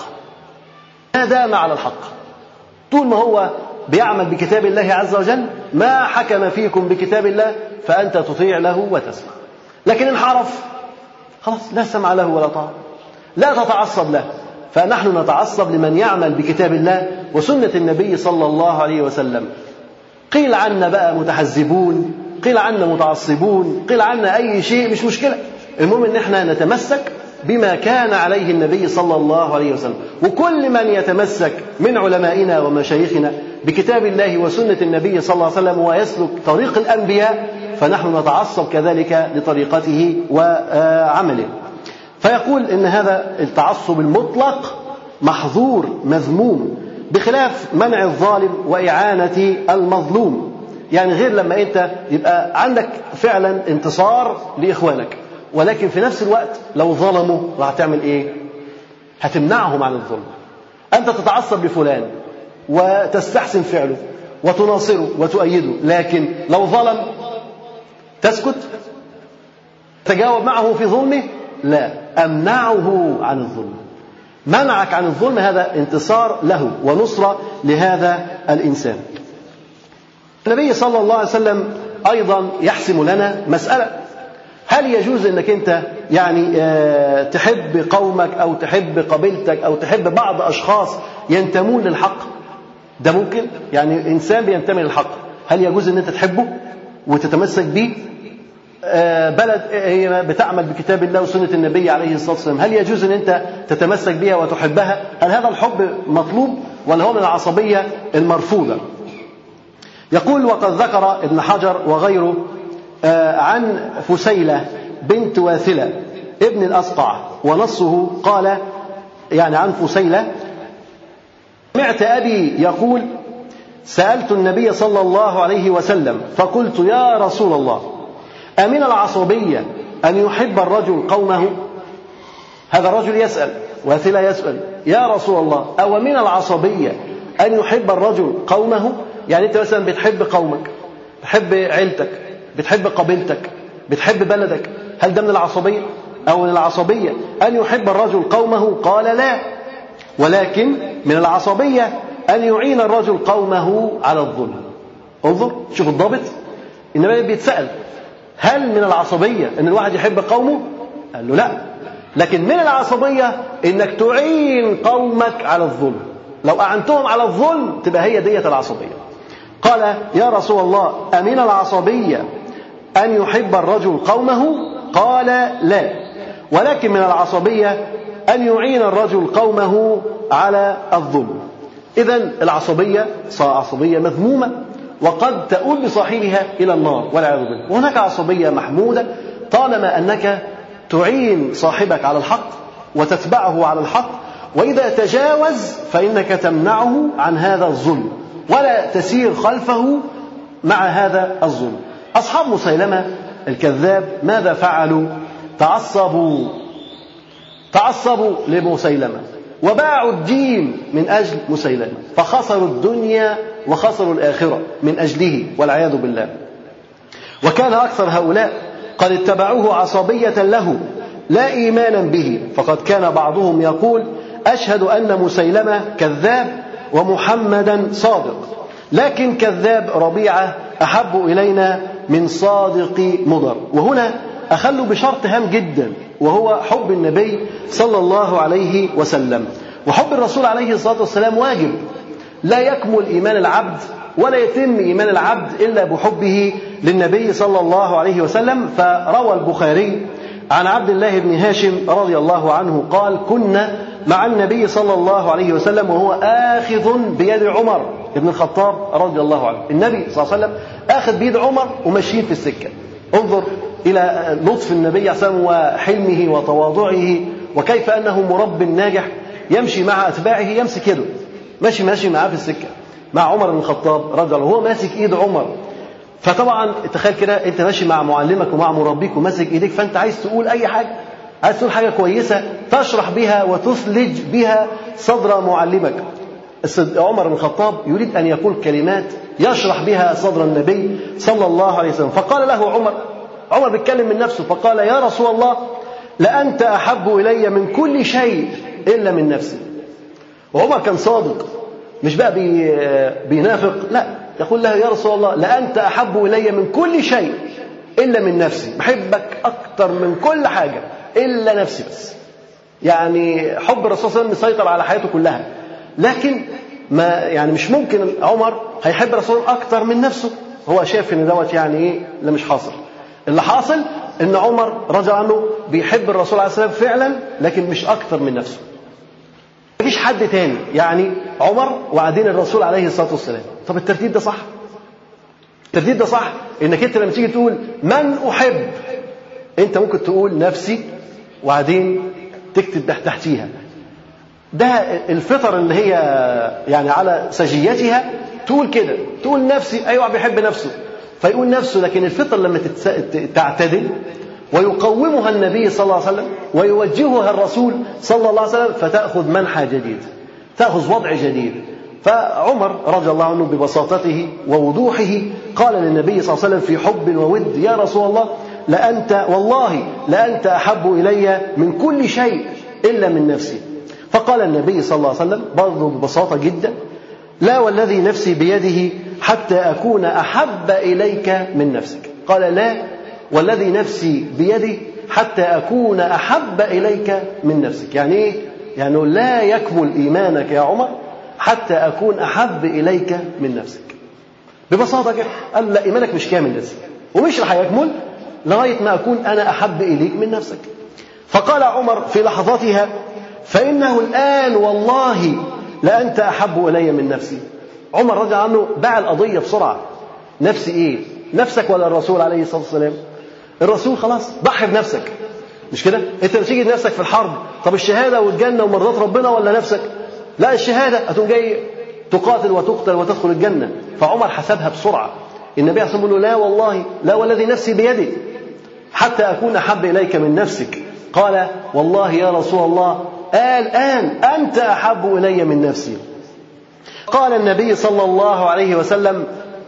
ما دام على الحق، طول ما هو بيعمل بكتاب الله عز وجل، ما حكم فيكم بكتاب الله فأنت تطيع له وتسمع. لكن انحرف، خلاص لا سمع له ولا طاعة، لا تتعصب له. فنحن نتعصب لمن يعمل بكتاب الله وسنة النبي صلى الله عليه وسلم. قيل عنا بقى متحزبون، قيل عنا متعصبون، قيل عنا أي شيء، مش مشكلة. المهم ان احنا نتمسك بما كان عليه النبي صلى الله عليه وسلم. وكل من يتمسك من علمائنا ومشايخنا بكتاب الله وسنة النبي صلى الله عليه وسلم ويسلك طريق الأنبياء، فنحن نتعصب كذلك لطريقته وعمله. فيقول إن هذا التعصب المطلق محظور مذموم، بخلاف منع الظالم وإعانة المظلوم. يعني غير لما أنت يبقى عندك فعلا انتصار لإخوانك، ولكن في نفس الوقت لو ظلموا راح تعمل إيه؟ هتمنعهم عن الظلم. أنت تتعصب لفلان وتستحسن فعله وتناصره وتؤيده، لكن لو ظلم تسكت؟ تجاوب معه في ظلمه؟ لا، أمنعه عن الظلم. منعك عن الظلم هذا انتصار له ونصرة لهذا الإنسان. النبي صلى الله عليه وسلم أيضا يحسم لنا مسألة: هل يجوز أنك أنت تحب قومك أو تحب قبيلتك أو تحب بعض أشخاص ينتمون للحق؟ ده ممكن؟ يعني إنسان بينتمي للحق، هل يجوز أن أنت تحبه وتتمسك به؟ بلد هي بتعمل بكتاب الله وسنة النبي عليه الصلاة والسلام، هل يجوز أن أنت تتمسك بها وتحبها؟ هل هذا الحب مطلوب ولا هو من العصبية المرفوضة؟ يقول: وقد ذكر ابن حجر وغيره عن فسيلة بنت واثلة ابن الأسقع، ونصه قال عن فسيلة: سمعت أبي يقول: سألت النبي صلى الله عليه وسلم فقلت: يا رسول الله، أمن العصبية أن يحب الرجل قومه؟ هذا الرجل يسأل، واثلة يسأل: يا رسول الله، أو من العصبية أن يحب الرجل قومه؟ يعني أنت مثلا بتحب قومك، بتحب عيلتك، بتحب قبيلتك، بتحب بلدك، هل ده من العصبية؟ أو من العصبية أن يحب الرجل قومه؟ قال: لا، ولكن من العصبية أن يعين الرجل قومه على الظلم. انظر، شوف الضابط. النبي بيتسأل: هل من العصبية أن الواحد يحب قومه؟ قال له: لا، لكن من العصبية أنك تعين قومك على الظلم. لو أعنتهم على الظلم تبقى هي دية العصبية. قال: يا رسول الله، أمن العصبية أن يحب الرجل قومه؟ قال: لا، ولكن من العصبية أن يعين الرجل قومه على الظلم. إذن العصبية عصبية مذمومة، وقد تؤول بصاحبها إلى النار والعياذ بالله. وهناك عصبية محمودة طالما أنك تعين صاحبك على الحق وتتبعه على الحق، وإذا تجاوز فإنك تمنعه عن هذا الظلم ولا تسير خلفه مع هذا الظلم. أصحاب مسيلمة الكذاب ماذا فعلوا؟ تعصبوا لمسيلمة وباعوا الدين من أجل مسيلمة، فخسروا الدنيا وخسروا الآخرة من أجله والعياذ بالله. وكان أكثر هؤلاء قد اتبعوه عصبية له لا إيمانا به، فقد كان بعضهم يقول: أشهد أن مسيلمة كذاب ومحمدا صادق، لكن كذاب ربيعة أحب إلينا من صادق مضر. وهنا أخلوا بشرط هام جدا، وهو حب النبي صلى الله عليه وسلم. وحب الرسول عليه الصلاة والسلام واجب، لا يكمل إيمان العبد ولا يتم إيمان العبد إلا بحبه للنبي صلى الله عليه وسلم. فروى البخاري عن عبد الله بن هاشم رضي الله عنه قال: كنا مع النبي صلى الله عليه وسلم وهو آخذ بيد عمر بن الخطاب رضي الله عنه. النبي صلى الله عليه وسلم آخذ بيد عمر وماشيين في السكة. انظر إلى لطف النبي صلى الله عليه وسلم وحلمه وتواضعه، وكيف أنه مرب ناجح يمشي مع أتباعه، يمسك يده ماشي معاه في السكة مع عمر بن الخطاب رضي الله عنه، هو ماسك إيد عمر. فطبعا تخيل كده أنت ماشي مع معلمك ومع مربيك وماسك إيديك، فأنت عايز تقول أي حاجة، عايز تقول حاجة كويسة تشرح بها وتثلج بها صدر معلمك. عمر بن الخطاب يريد أن يقول كلمات يشرح بها صدر النبي صلى الله عليه وسلم. فقال له عمر بيتكلم من نفسه، فقال: يا رسول الله، لأنت أحب إلي من كل شيء إلا من نفسي. وعمر كان صادق، مش بقى بينافق، لا، يقول له: يا رسول الله، لأنت أحب إلي من كل شيء إلا من نفسي، بحبك أكتر من كل حاجة إلا نفسي بس. يعني حب الرسول صلى الله عليه وسلم مسيطر على حياته كلها، لكن ما يعني مش ممكن عمر هيحب الرسول أكتر من نفسه. هو شايف إن دوت يعني إيه، لا مش حاصل. اللي حاصل إن عمر رضي الله عنه بيحب الرسول عليه الصلاة والسلام فعلا، لكن مش أكتر من نفسه. مفيش حد تاني، يعني عمر وبعدين الرسول عليه الصلاة والسلام. طب الترتيب ده صح؟ الترتيب ده صح إنك أنت لما تيجي تقول من أحب، أنت ممكن تقول نفسي وبعدين تكتب تحتيها. ده الفطر اللي هي يعني على سجيتها تقول كده، تقول نفسي، أيوة بيحب نفسه فيقول نفسه. لكن الفطر لما تعتدل ويقومها النبي صلى الله عليه وسلم ويوجهها الرسول صلى الله عليه وسلم، فتأخذ منحى جديد، تأخذ وضع جديد. فعمر رضي الله عنه ببساطته ووضوحه قال للنبي صلى الله عليه وسلم في حب وود: يا رسول الله، والله لأنت أحب إلي من كل شيء إلا من نفسي. فقال النبي صلى الله عليه وسلم برضه ببساطة جدا: لا والذي نفسي بيده حتى أكون أحب إليك من نفسك. قال: لا والذي نفسي بيده حتى أكون أحب إليك من نفسك. يعني إيه؟ يعني لا يكمل إيمانك يا عمر حتى أكون أحب إليك من نفسك. ببساطة كده قال: لا، إيمانك مش كامل لسه، ومش رح يكمل لغاية ما أكون أنا أحب إليك من نفسك. فقال عمر في لحظتها: فإنه الآن والله لأنت أحب إلي من نفسي. عمر رضي الله عنه باع القضية بسرعة. نفسي إيه؟ نفسك ولا الرسول عليه الصلاة والسلام؟ الرسول خلاص، ضحي بنفسك، مش كده؟ أنت بتيجي نفسك في الحرب، طب الشهادة والجنة ومرضات ربنا ولا نفسك؟ لا، الشهادة، هتقوم جاي تقاتل وتقتل وتدخل الجنة. فعمر حسبها بسرعة. النبي عليه الصلاة والسلام يقول له: لا والله، لا والذي نفسي بيدي حتى أكون أحب إليك من نفسك. قال: والله يا رسول الله، الآن أنت أحب إلي من نفسي. قال النبي صلى الله عليه وسلم: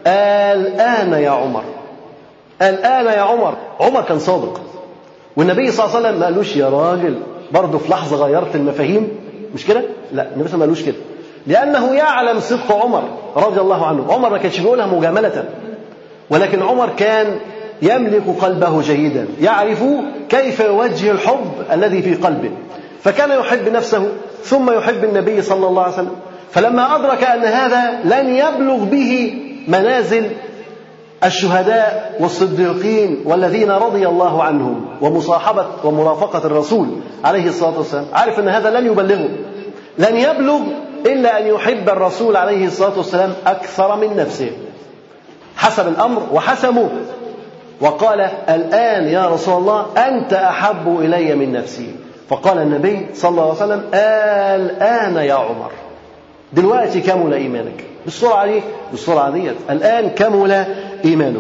الآن يا عمر، الآن يا عمر. عمر كان صادق، والنبي صلى الله عليه وسلم ما قالوش يا راجل. برضه في لحظة غيرت المفاهيم، مش كده؟ لا، النبي صلى الله عليه وسلم ما قالوش كده، لأنه يعلم صدق عمر رضي الله عنه. عمر ما كانش بيقولها مجاملة، ولكن عمر كان يملك قلبه جيدا، يعرف كيف يوجه الحب الذي في قلبه. فكان يحب نفسه ثم يحب النبي صلى الله عليه وسلم. فلما أدرك أن هذا لن يبلغ به منازل الشهداء والصديقين والذين رضي الله عنهم ومصاحبة ومرافقة الرسول عليه الصلاة والسلام، عارف أن هذا لن يبلغه، لن يبلغ إلا أن يحب الرسول عليه الصلاة والسلام أكثر من نفسه. حسب الأمر وحسمه، وقال: الآن يا رسول الله أنت أحب إلي من نفسي. فقال النبي صلى الله عليه وسلم: الآن يا عمر، دلوقتي كمل إيمانك. بالسرعة دي، بالسرعة دي، الآن كمل إيمانك.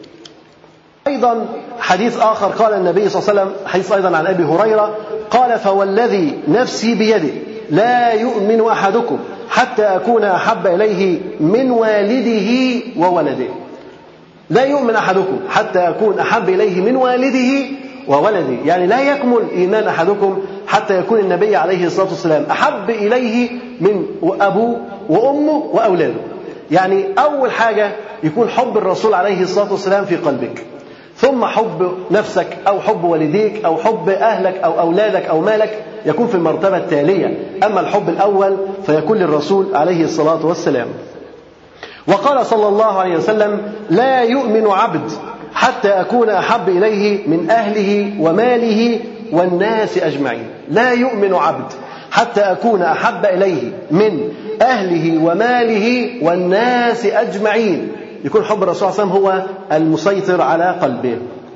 أيضا حديث آخر قال النبي صلى الله عليه وسلم، حديث أيضا عن أبي هريرة قال: فوالذي نفسي بيده لا يؤمن أحدكم حتى أكون أحب إليه من والده وولده. لا يؤمن أحدكم حتى أكون أحب إليه من والده وولده، يعني لا يكمل إيمان أحدكم حتى يكون النبي عليه الصلاة والسلام أحب إليه من أبوه وأمه وأولاده. يعني أول حاجة يكون حب الرسول عليه الصلاة والسلام في قلبك، ثم حب نفسك أو حب والديك أو حب أهلك أو أولادك أو مالك يكون في المرتبة التالية. أما الحب الأول فيكون للرسول عليه الصلاة والسلام. وقال صلى الله عليه وسلم: لا يؤمن عبد حتى أكون أحب إليه من أهله وماله والناس أجمعين. لا يؤمن عبد حتى أكون أحب إليه من أهله وماله والناس أجمعين. يكون حب الرسول صلى الله عليه وسلم هو المسيطر على قلبه.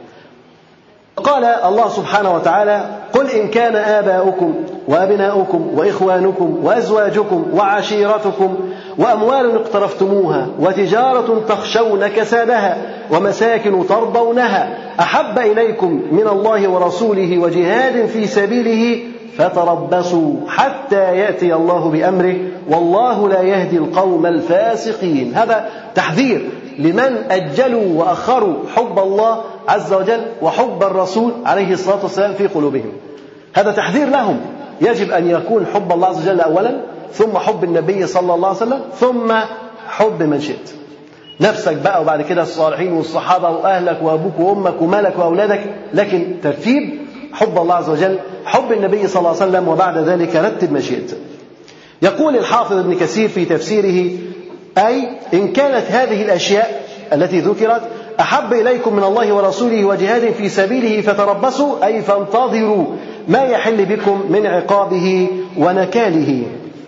قال الله سبحانه وتعالى: قل إن كان آباؤكم وأبناؤكم وإخوانكم وأزواجكم وعشيرتكم وأموال اقترفتموها وتجارة تخشون كسادها ومساكن ترضونها أحب إليكم من الله ورسوله وجهاد في سبيله فتربصوا حتى يأتي الله بأمره والله لا يهدي القوم الفاسقين. هذا تحذير لمن أجلوا وأخروا حب الله عز وجل وحب الرسول عليه الصلاة والسلام في قلوبهم. هذا تحذير لهم. يجب أن يكون حب الله عز وجل أولا، ثم حب النبي صلى الله عليه وسلم، ثم حب من شئت، نفسك بقى، وبعد كده الصالحين والصحابة وأهلك وأبوك وأمك ومالك وأولادك، لكن ترتيب حب الله عز وجل، حب النبي صلى الله عليه وسلم، وبعد ذلك رتب ما شئت. يقول الحافظ ابن كثير في تفسيره: أي إن كانت هذه الأشياء التي ذكرت أحب إليكم من الله ورسوله وجهاد في سبيله فتربصوا، أي فانتظروا ما يحل بكم من عقابه ونكاله.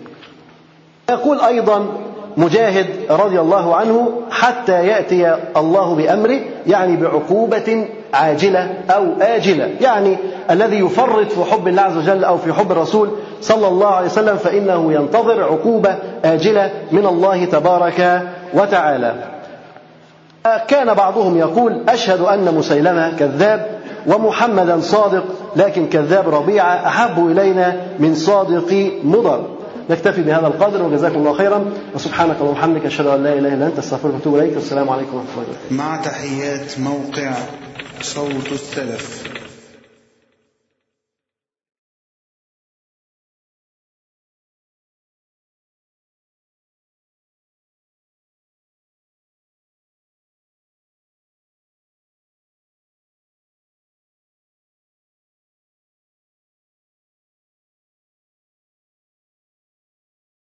يقول أيضا مجاهد رضي الله عنه: حتى يأتي الله بأمره، يعني بعقوبة عاجلة أو آجلة، يعني الذي يفرط في حب الله عز وجل أو في حب الرسول صلى الله عليه وسلم فإنه ينتظر عقوبة آجلة من الله تبارك وتعالى. كان بعضهم يقول: أشهد أن مسيلمة كذاب ومحمدا صادق، لكن كذاب ربيعة أحب إلينا من صادق مضر. نكتفي بهذا القدر، وجزاكم الله خيرا، وسبحانك اللهم وبحمدك أشهد أن لا إله إلا أنت أستغفرك وأتوب إليك. والسلام عليكم ورحمة الله وبركاته. مع تحيات موقع صوت السلف.